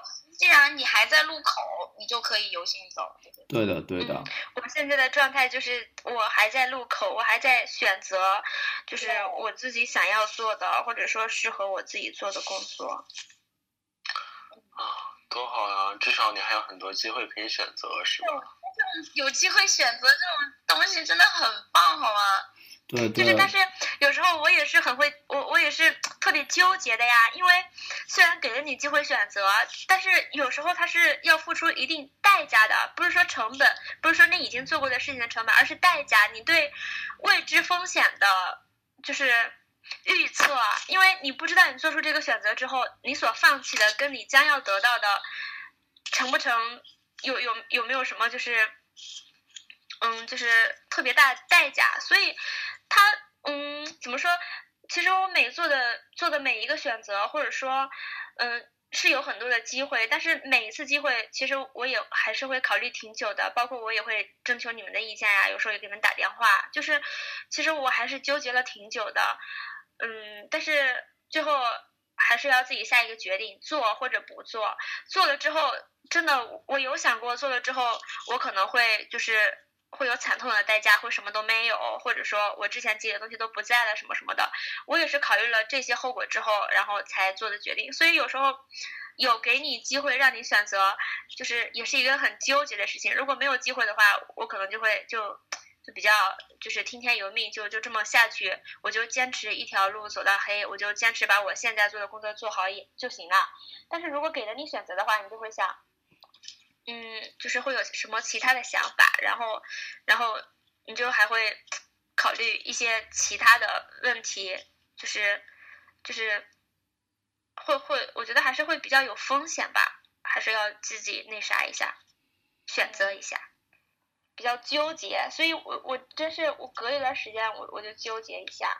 Speaker 3: 既然你还在路口，你就可以游行走。
Speaker 5: 对的，对的。
Speaker 4: 嗯、我现在的状态就是我还在路口，我还在选择，就是我自己想要做的，或者说适合我自己做的工作。
Speaker 6: 啊，多好呀！至少你还有很多机会可以选择，是吧？
Speaker 3: 有机会选择这种东西真的很棒，好吗？
Speaker 5: 对对。
Speaker 4: 就是，但是有时候我也是很会，我我也是特别纠结的呀。因为虽然给了你机会选择，但是有时候它是要付出一定代价的，不是说成本，不是说你已经做过的事情的成本，而是代价。你对未知风险的，就是预测，因为你不知道你做出这个选择之后，你所放弃的跟你将要得到的成不成，有有有没有什么就是，嗯，就是特别大的代价，所以。他嗯，怎么说？其实我每做的做的每一个选择，或者说，嗯，是有很多的机会，但是每一次机会，其实我也还是会考虑挺久的，包括我也会征求你们的意见呀，有时候也给你们打电话，就是其实我还是纠结了挺久的，嗯，但是最后还是要自己下一个决定，做或者不做。做了之后，真的我有想过，做了之后我可能会就是。会有惨痛的代价，或什么都没有，或者说我之前记的东西都不在了，什么什么的。我也是考虑了这些后果之后，然后才做的决定。所以有时候有给你机会让你选择，就是也是一个很纠结的事情。如果没有机会的话，我可能就会就就比较就是听天由命，就就这么下去，我就坚持一条路走到黑，我就坚持把我现在做的工作做好也就行了。但是如果给了你选择的话，你就会想。嗯，就是会有什么其他的想法，然后，然后你就还会考虑一些其他的问题，就是，就是会会，我觉得还是会比较有风险吧，还是要自己那啥一下，选择一下，比较纠结，所以我我真是我隔一段时间我我就纠结一下。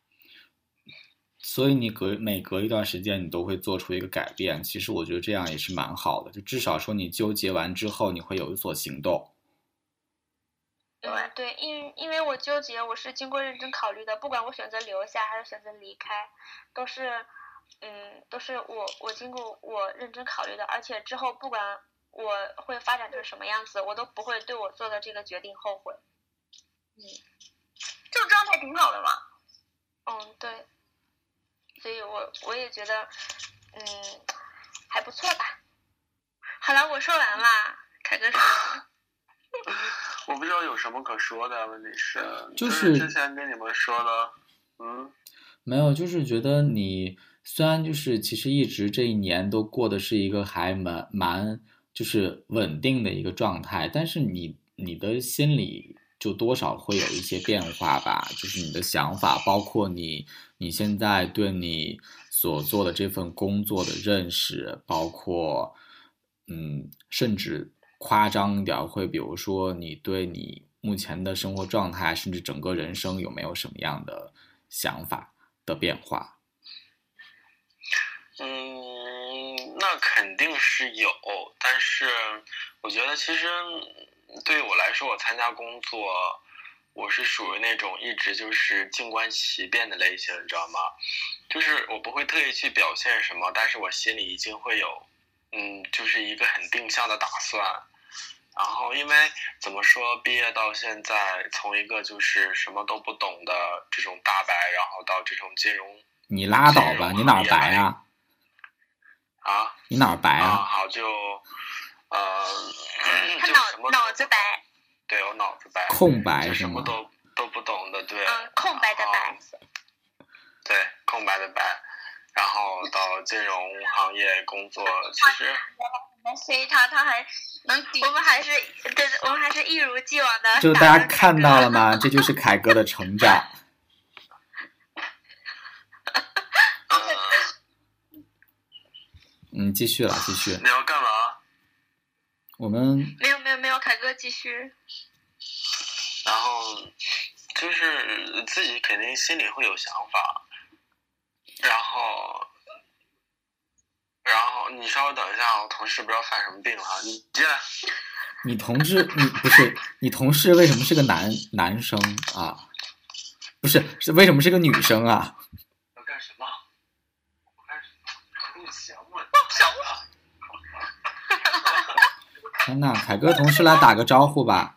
Speaker 5: 所以你隔每隔一段时间你都会做出一个改变，其实我觉得这样也是蛮好的，就至少说你纠结完之后你会有所行动。
Speaker 4: 对对，因因为我纠结，我是经过认真考虑的，不管我选择留下还是选择离开，都是嗯都是我我经过我认真考虑的，而且之后不管我会发展成什么样子，我都不会对我做的这个决定后悔。
Speaker 3: 嗯，这种状态挺好的嘛。
Speaker 4: 嗯，对。所以我我也觉得，嗯，还不错吧。好了，我说完了，凯哥说。
Speaker 6: 我不知道有什么可说的，问题是，
Speaker 5: 就
Speaker 6: 是之前跟你们说的，嗯，
Speaker 5: 没有，就是觉得你虽然就是其实一直这一年都过的是一个还蛮蛮就是稳定的一个状态，但是你你的心里就多少会有一些变化吧，就是你的想法，包括你你现在对你所做的这份工作的认识，包括嗯，甚至夸张一点，会比如说你对你目前的生活状态，甚至整个人生有没有什么样的想法的变化？
Speaker 6: 嗯，那肯定是有，但是我觉得其实对于我来说，我参加工作，我是属于那种一直就是静观其变的类型，你知道吗？就是我不会特意去表现什么，但是我心里已经会有，嗯，就是一个很定向的打算。然后因为怎么说，毕业到现在，从一个就是什么都不懂的这种大白，然后到这种金融，
Speaker 5: 你拉倒吧，你哪儿白啊？
Speaker 6: 啊？
Speaker 5: 你哪儿白啊？
Speaker 6: 啊好就，呃，
Speaker 4: 他脑脑子白。
Speaker 6: 对，我脑子白。
Speaker 5: 空白是
Speaker 6: 什么
Speaker 5: 吗？
Speaker 6: 都都不懂的，对。
Speaker 4: 嗯，空白的白。
Speaker 6: 对，空白的白。然后到金融行业工作，其实。
Speaker 3: 所以他他还能顶，
Speaker 4: 我们还是对，我们还是一如既往的。
Speaker 5: 就大家看到了吗？这就是凯哥的成长。嗯，继续了，继续。
Speaker 6: 你要干嘛？
Speaker 5: 我们
Speaker 4: 没有没有没有，凯哥继续。
Speaker 6: 然后就是自己肯定心里会有想法，然后。然后你稍微等一下，我同事不知道犯什么病了，你进来。
Speaker 5: 你同事，你不是你同事为什么是个男男生啊？不是，是为什么是个女生啊？
Speaker 6: 要干什么？我干什么？录节目。
Speaker 3: 小
Speaker 5: 天呐，凯哥同事来打个招呼吧。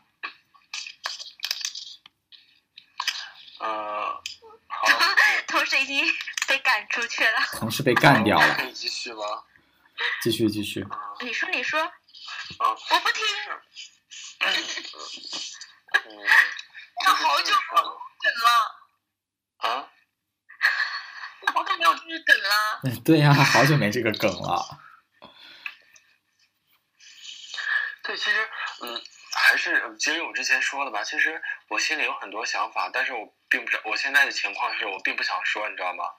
Speaker 6: 呃，好。
Speaker 4: 同事已经被赶出去了。
Speaker 5: 同事被干掉了。
Speaker 6: 可以继续吗？
Speaker 5: 继续继续。
Speaker 4: 你说你说。
Speaker 6: 啊。
Speaker 4: 我不听。
Speaker 6: 嗯。
Speaker 3: 我好久没有梗了。
Speaker 6: 啊？
Speaker 3: 我好久没有这个梗了。
Speaker 5: 嗯，对呀、啊，好久没这个梗了。
Speaker 6: 对，其实，嗯，还是其实我之前说的吧，其实我心里有很多想法，但是我并不是，我现在的情况是我并不想说，你知道吗？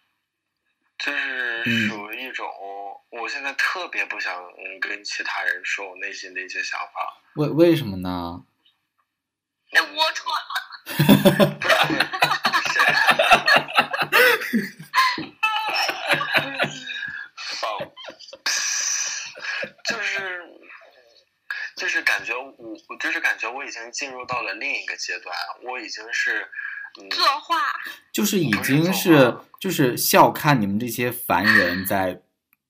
Speaker 6: 就是属于一种，嗯、我现在特别不想嗯跟其他人说我内心的一些想法。
Speaker 5: 为为什么呢？
Speaker 3: 那龌龊了。
Speaker 6: 不是。放，就是就是感觉我我就是感觉我已经进入到了另一个阶段，我已经是、嗯、
Speaker 4: 作画，
Speaker 5: 就是已经是就是笑看你们这些凡人在，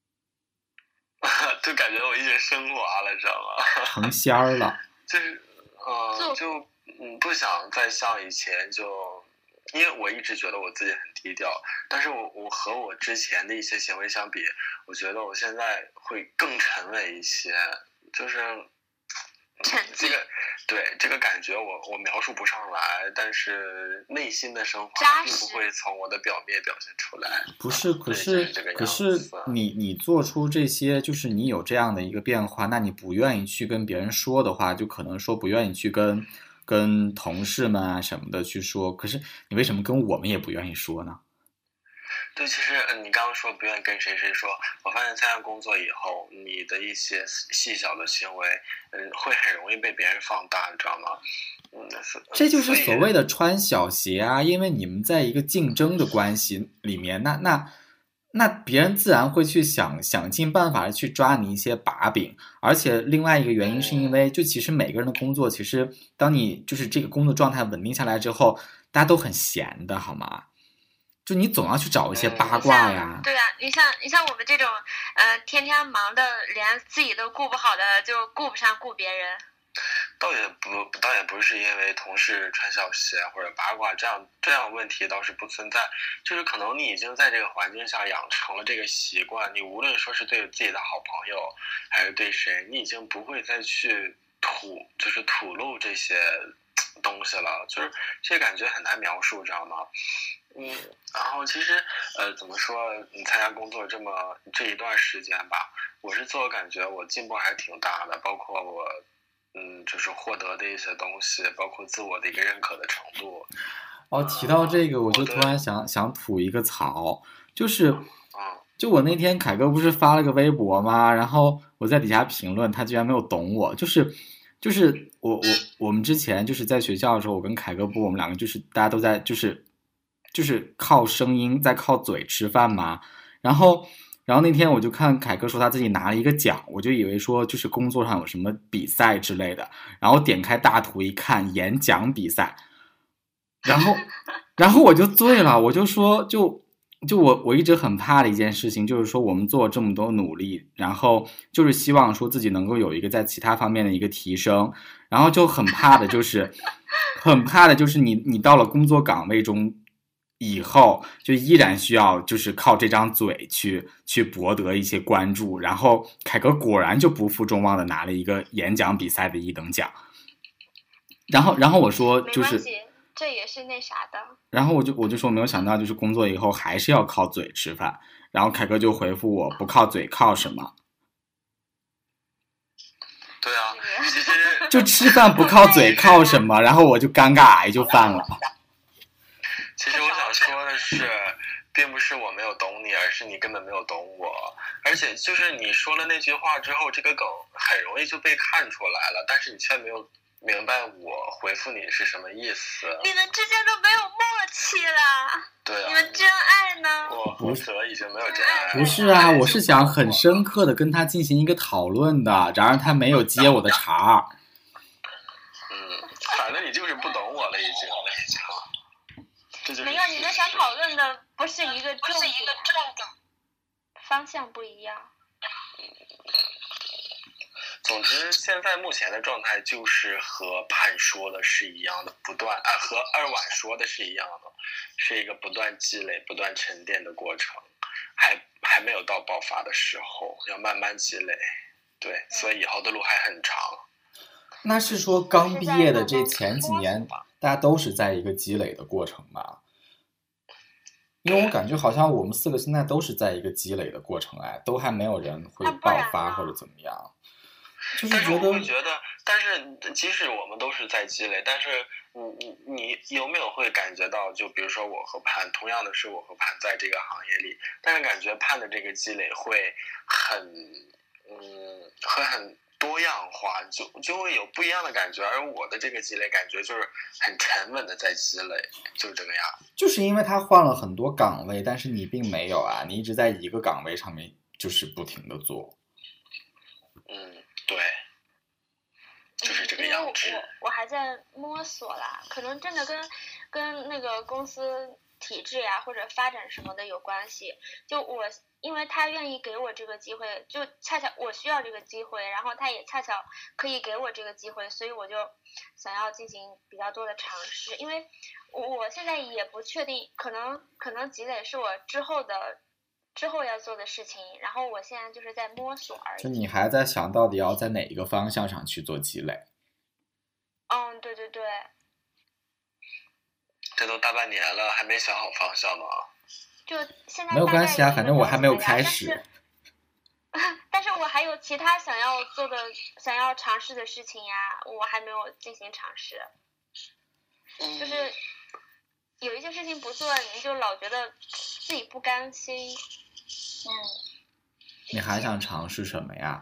Speaker 6: 就感觉我已经升华了，知道吗？
Speaker 5: 成仙儿了，
Speaker 6: 就是呃就嗯不想再像以前就。因为我一直觉得我自己很低调，但是我我和我之前的一些行为相比，我觉得我现在会更沉稳一些，就是
Speaker 4: 沉
Speaker 6: 这个对这个感觉我我描述不上来，但是内心的升华并不会从我的表面表现出来。
Speaker 5: 不是，可是、就是、可是你你做出这些，就是你有这样的一个变化，那你不愿意去跟别人说的话，就可能说不愿意去跟。跟同事们啊什么的去说，可是你为什么跟我们也不愿意说呢？
Speaker 6: 对，其实你刚刚说不愿意跟谁谁说，我发现参加工作以后，你的一些细小的行为，嗯，会很容易被别人放大，你知道吗？嗯，
Speaker 5: 这就是所谓的穿小鞋啊，因为你们在一个竞争的关系里面，那那。那别人自然会去想想尽办法的去抓你一些把柄，而且另外一个原因是因为，就其实每个人的工作，其实当你就是这个工作状态稳定下来之后，大家都很闲的，好吗？就你总要去找一些八卦呀。
Speaker 4: 对啊，你像你像我们这种，呃，天天忙的连自己都顾不好的，就顾不上顾别人。
Speaker 6: 倒也不，倒也不是因为同事穿小鞋或者八卦这样这样问题倒是不存在，就是可能你已经在这个环境下养成了这个习惯，你无论说是对自己的好朋友还是对谁，你已经不会再去吐就是吐露这些东西了，就是这感觉很难描述，知道吗？嗯，然后其实呃怎么说，你参加工作这么这一段时间吧，我是自我感觉我进步还挺大的，包括我。嗯，就是获得的一些东西，包括自我的一个认可的程度。
Speaker 5: 哦，提到这个，我就突然想想吐一个槽，就是，就我那天凯哥不是发了个微博吗？然后我在底下评论，他居然没有懂我，就是，就是我我我们之前就是在学校的时候，我跟凯哥不，我们两个就是大家都在就是就是靠声音在靠嘴吃饭嘛，然后。然后那天我就看凯哥说他自己拿了一个奖，我就以为说就是工作上有什么比赛之类的，然后点开大图一看，演讲比赛，然后然后我就醉了，我就说就就我我一直很怕的一件事情，就是说我们做这么多努力，然后就是希望说自己能够有一个在其他方面的一个提升，然后就很怕的就是很怕的就是你你到了工作岗位中。以后就依然需要就是靠这张嘴去去博得一些关注，然后凯哥果然就不负众望的拿了一个演讲比赛的一等奖，然后然后我说就是
Speaker 4: 没关系，这也是那啥的，
Speaker 5: 然后我就我就说没有想到就是工作以后还是要靠嘴吃饭，然后凯哥就回复我不靠嘴靠什么？
Speaker 6: 对啊，其实
Speaker 5: 就吃饭不靠嘴靠什么？然后我就尴尬癌就犯了。
Speaker 6: 其实我想说的是，并不是我没有懂你，而是你根本没有懂我。而且就是你说了那句话之后，这个梗很容易就被看出来了，但是你却没有明白我回复你是什么意思。
Speaker 4: 你们之间都没有默契了。
Speaker 6: 对啊。
Speaker 4: 你们真爱呢？
Speaker 6: 我胡哲已经没有真爱了。
Speaker 5: 不是啊，我是想很深刻的跟他进行一个讨论的，然而他没有接我的茬。
Speaker 6: 嗯，反正你就是不懂我了，已经了，已经。
Speaker 4: 没有，你们想讨论的不是一个重点，方向不一样。
Speaker 6: 总之，现在目前的状态就是和盼说的是一样的，不断啊，和二婉说的是一样的，是一个不断积累、不断沉淀的过程，还还没有到爆发的时候，要慢慢积累。对，所以以后的路还很长。
Speaker 5: 那是说刚毕业的这前几年，大家都是在一个积累的过程吧？因为我感觉好像我们四个现在都是在一个积累的过程，哎，都还没有人会爆发或者怎么样。就是觉得，
Speaker 6: 我会觉得，但是即使我们都是在积累，但是你你你有没有会感觉到，就比如说我和盼，同样的是我和盼在这个行业里，但是感觉盼的这个积累会很嗯会很多样化，就就会有不一样的感觉，而我的这个积累感觉就是很沉稳的在积累，就是这个样。
Speaker 5: 就是因为他换了很多岗位，但是你并没有啊，你一直在一个岗位上面就是不停的做。
Speaker 6: 嗯，对，就是这个样子。
Speaker 4: 我我还在摸索啦，可能真的跟跟那个公司体制呀或者发展什么的有关系。就我，因为他愿意给我这个机会，就恰巧我需要这个机会，然后他也恰巧可以给我这个机会，所以我就想要进行比较多的尝试。因为我现在也不确定，可能可能积累是我之后的。之后要做的事情，然后我现在就是在摸索而已。
Speaker 5: 就你还在想到底要在哪一个方向上去做积累？
Speaker 4: 嗯，对对对。
Speaker 6: 这都大半年了，还没想好方向呢。
Speaker 4: 就现在
Speaker 5: 没有关系啊，反正我还没有开始。
Speaker 4: 但是，但是我还有其他想要做的、想要尝试的事情呀，我还没有进行尝试。
Speaker 6: 嗯、
Speaker 4: 就是有一些事情不做，你就老觉得自己不甘心。
Speaker 3: 嗯，
Speaker 5: 你还想尝试什么呀？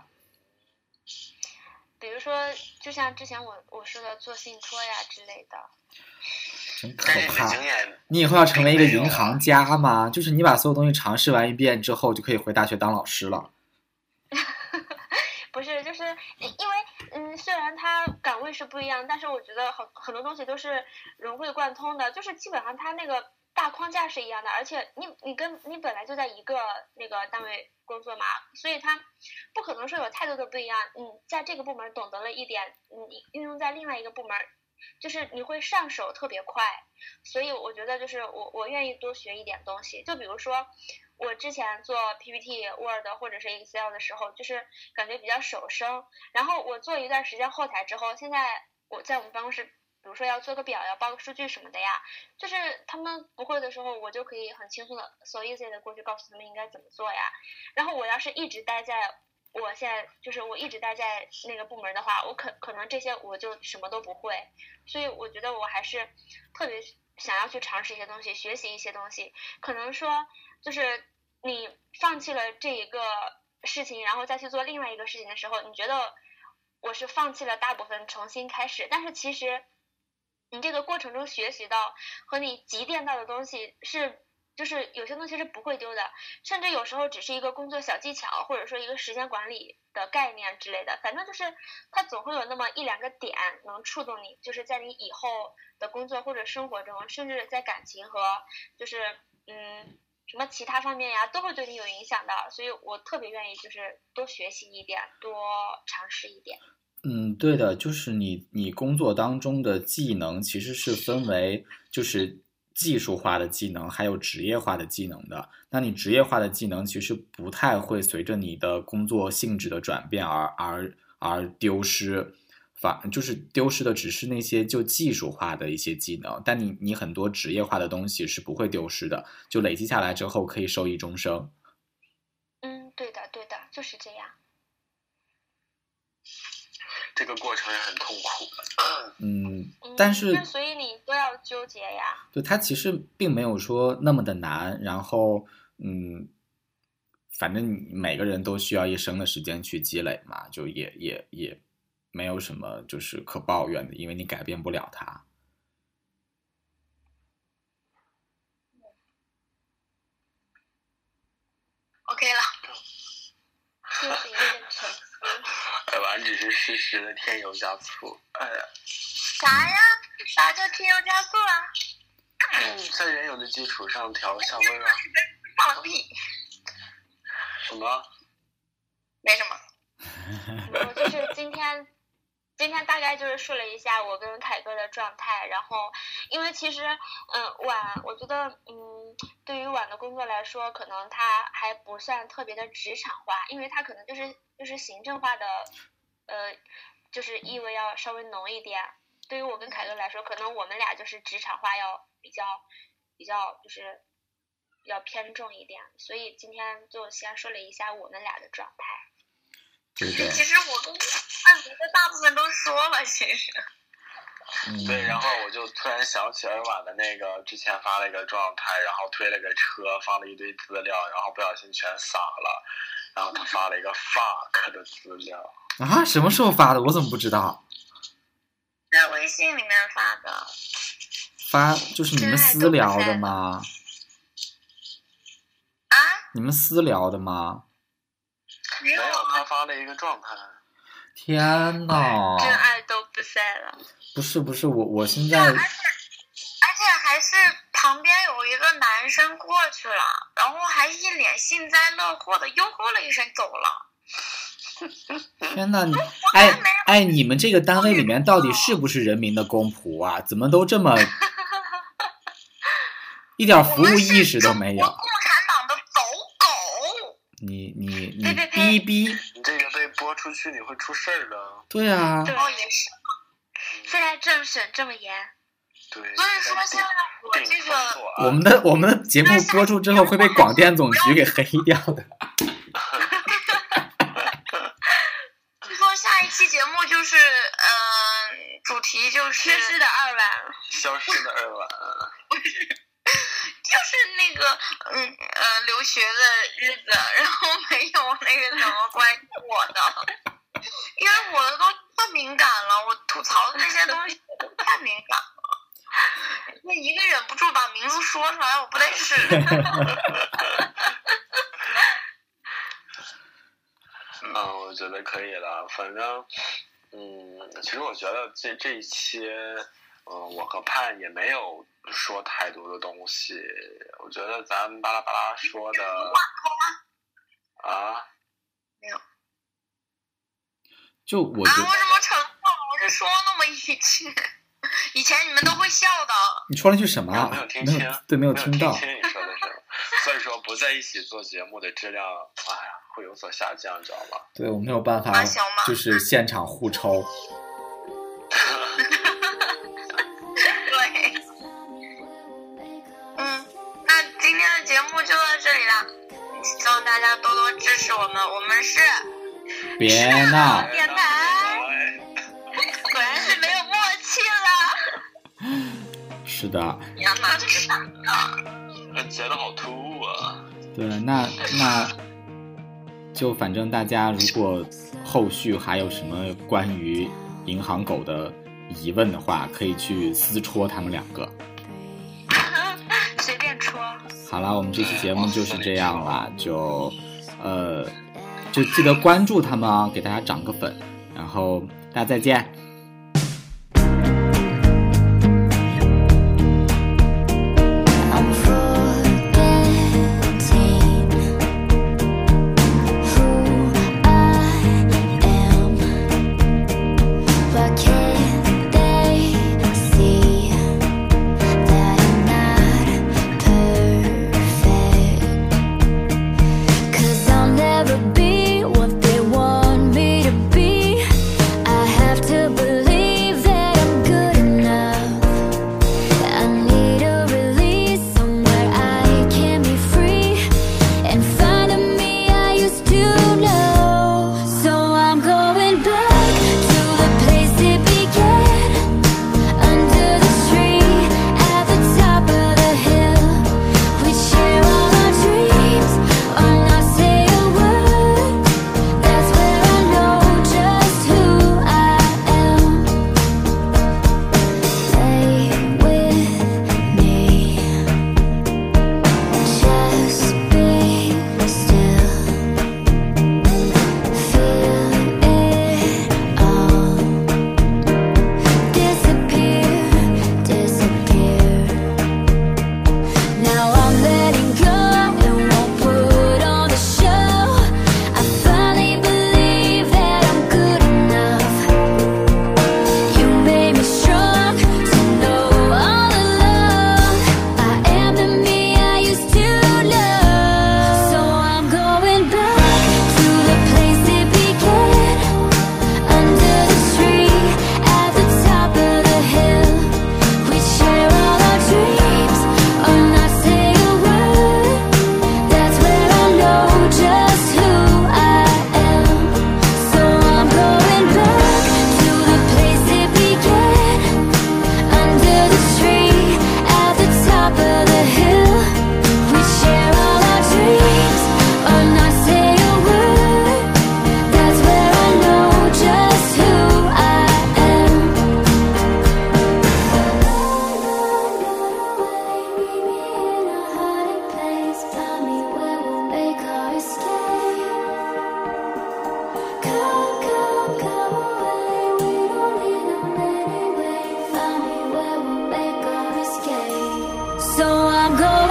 Speaker 4: 比如说，就像之前我我说的做信托呀之类的。
Speaker 5: 真可怕！你以后要成为一个银行家吗？就是你把所有东西尝试完一遍之后，就可以回大学当老师了。
Speaker 4: 不是，就是因为嗯，虽然它岗位是不一样，但是我觉得很很多东西都是融会贯通的，就是基本上它那个大框架是一样的，而且你你跟你本来就在一个那个单位工作嘛，所以它不可能说有太多的不一样。嗯，在这个部门懂得了一点，你运用在另外一个部门，就是你会上手特别快。所以我觉得就是我我愿意多学一点东西，就比如说。我之前做 P P T、Word 或者是 Excel 的时候，就是感觉比较手生。然后我做一段时间后台之后，现在我在我们办公室，比如说要做个表、要报个数据什么的呀，就是他们不会的时候，我就可以很轻松的 so easy 的过去告诉他们应该怎么做呀。然后我要是一直待在我现在就是我一直待在那个部门的话，我可可能这些我就什么都不会。所以我觉得我还是特别想要去尝试一些东西，学习一些东西。可能说就是你放弃了这一个事情，然后再去做另外一个事情的时候，你觉得我是放弃了大部分重新开始，但是其实你这个过程中学习到和你积淀到的东西是就是有些东西是不会丢的，甚至有时候只是一个工作小技巧，或者说一个时间管理的概念之类的，反正就是它总会有那么一两个点能触动你，就是在你以后的工作或者生活中，甚至在感情和就是嗯什么其他方面呀，都会对你有影响的。所以我特别愿意就是多学习一点，多尝试一点。
Speaker 5: 嗯，对的，就是你你工作当中的技能其实是分为就是技术化的技能还有职业化的技能的。那你职业化的技能其实不太会随着你的工作性质的转变而而而丢失，反就是丢失的只是那些就技术化的一些技能，但你你很多职业化的东西是不会丢失的，就累积下来之后可以受益终生。
Speaker 4: 嗯，对的对的，就是这样。
Speaker 6: 这个过程也很痛苦
Speaker 5: 的。嗯，但是、
Speaker 4: 嗯、所以你都要纠结呀。
Speaker 5: 对，它其实并没有说那么的难，然后嗯，反正每个人都需要一生的时间去积累嘛，就也也也没有什么就是可抱怨的，因为你改变不了它。
Speaker 3: OK 了。
Speaker 4: 就是一个沉思。
Speaker 6: 哎，完只是适时的添油加醋。哎呀，
Speaker 3: 啥呀？啥叫添油加醋啊？
Speaker 6: 嗯，在原有的基础上调香味啊。
Speaker 3: 放屁。
Speaker 6: 什么？
Speaker 3: 没什么。
Speaker 4: 我就是今天。今天大概就是说了一下我跟凯哥的状态，然后因为其实嗯晚我觉得嗯对于晚的工作来说，可能它还不算特别的职场化，因为它可能就是就是行政化的呃就是意味要稍微浓一点。对于我跟凯哥来说，可能我们俩就是职场化要比较比较就是比较偏重一点，所以今天就先说了一下我们俩的状态。
Speaker 5: 对的。
Speaker 4: 其实我跟按别的大部分都说了，其实。
Speaker 5: 嗯、
Speaker 6: 对，然后我就突然想起尔婉的那个之前发了一个状态，然后推了个车，放了一堆资料，然后不小心全撒了，然后他发了一个 fuck 的资料。
Speaker 5: 啊？什么时候发的？我怎么不知道？
Speaker 4: 在微信里面发的。
Speaker 5: 发就是你们私聊的吗？
Speaker 4: 啊？
Speaker 5: 你们私聊的吗？
Speaker 6: 没有，他发了一个状态。
Speaker 5: 天哪！
Speaker 4: 真爱都不在了。
Speaker 5: 不是不是，我我现在。
Speaker 4: 而且而且还是旁边有一个男生过去了，然后还一脸幸灾乐祸的哟吼了一声走了。
Speaker 5: 天哪！你哎哎，你们这个单位里面到底是不是人民的公仆啊？怎么都这么一点服务意识都没有？
Speaker 4: 共产党的走狗！
Speaker 5: 你你你逼逼！
Speaker 6: 你这个被播出去，你会出事儿的。
Speaker 5: 对啊。
Speaker 4: 对，也是。现在政审这么严。
Speaker 6: 对。
Speaker 4: 所以说现在我这个，
Speaker 5: 我们的我们的节目播出之后会被广电总局给黑掉的。
Speaker 4: 据说下一期节目就是，嗯、呃，主题就是缺失的二晚，
Speaker 6: 消失的二晚。
Speaker 4: 不是。就是那个嗯呃留学的日子，然后没有那个怎么关注我的，因为我的都太敏感了，我吐槽的那些东西太敏感了，那一个忍不住把名字说出来，我不得是。
Speaker 6: 嗯，我觉得可以了，反正嗯，其实我觉得这这一期。嗯，我和盼也没有说太多的东西，我觉得咱巴拉巴拉说的啊，
Speaker 4: 没有，
Speaker 5: 就我觉得
Speaker 4: 啊，我怎么沉默了？我就说那么一句，以前你们都会笑的。
Speaker 5: 你说了句什么？
Speaker 6: 没有听清，
Speaker 5: 对，没有听到。
Speaker 6: 没有听清你说的是，所以说不在一起做节目的质量，哎呀，会有所下降，你知道吗？
Speaker 5: 对，我没有办法，就是现场互抽。
Speaker 4: 节目就到这里了，希望大家多多支持我们。我们是
Speaker 5: 别闹
Speaker 4: 电台，果然是没有默契了。
Speaker 5: 是的。
Speaker 4: 呀妈，这是啥呢？
Speaker 6: 截的好突兀啊。
Speaker 5: 对，那那就反正大家如果后续还有什么关于银行狗的疑问的话，可以去私戳他们两个。
Speaker 4: 随便戳。
Speaker 5: 好了，我们这期节目就是这样了，就呃，就记得关注他们啊，给大家涨个粉，然后大家再见。
Speaker 7: Never be what they want me to be. I have to believe So I'm going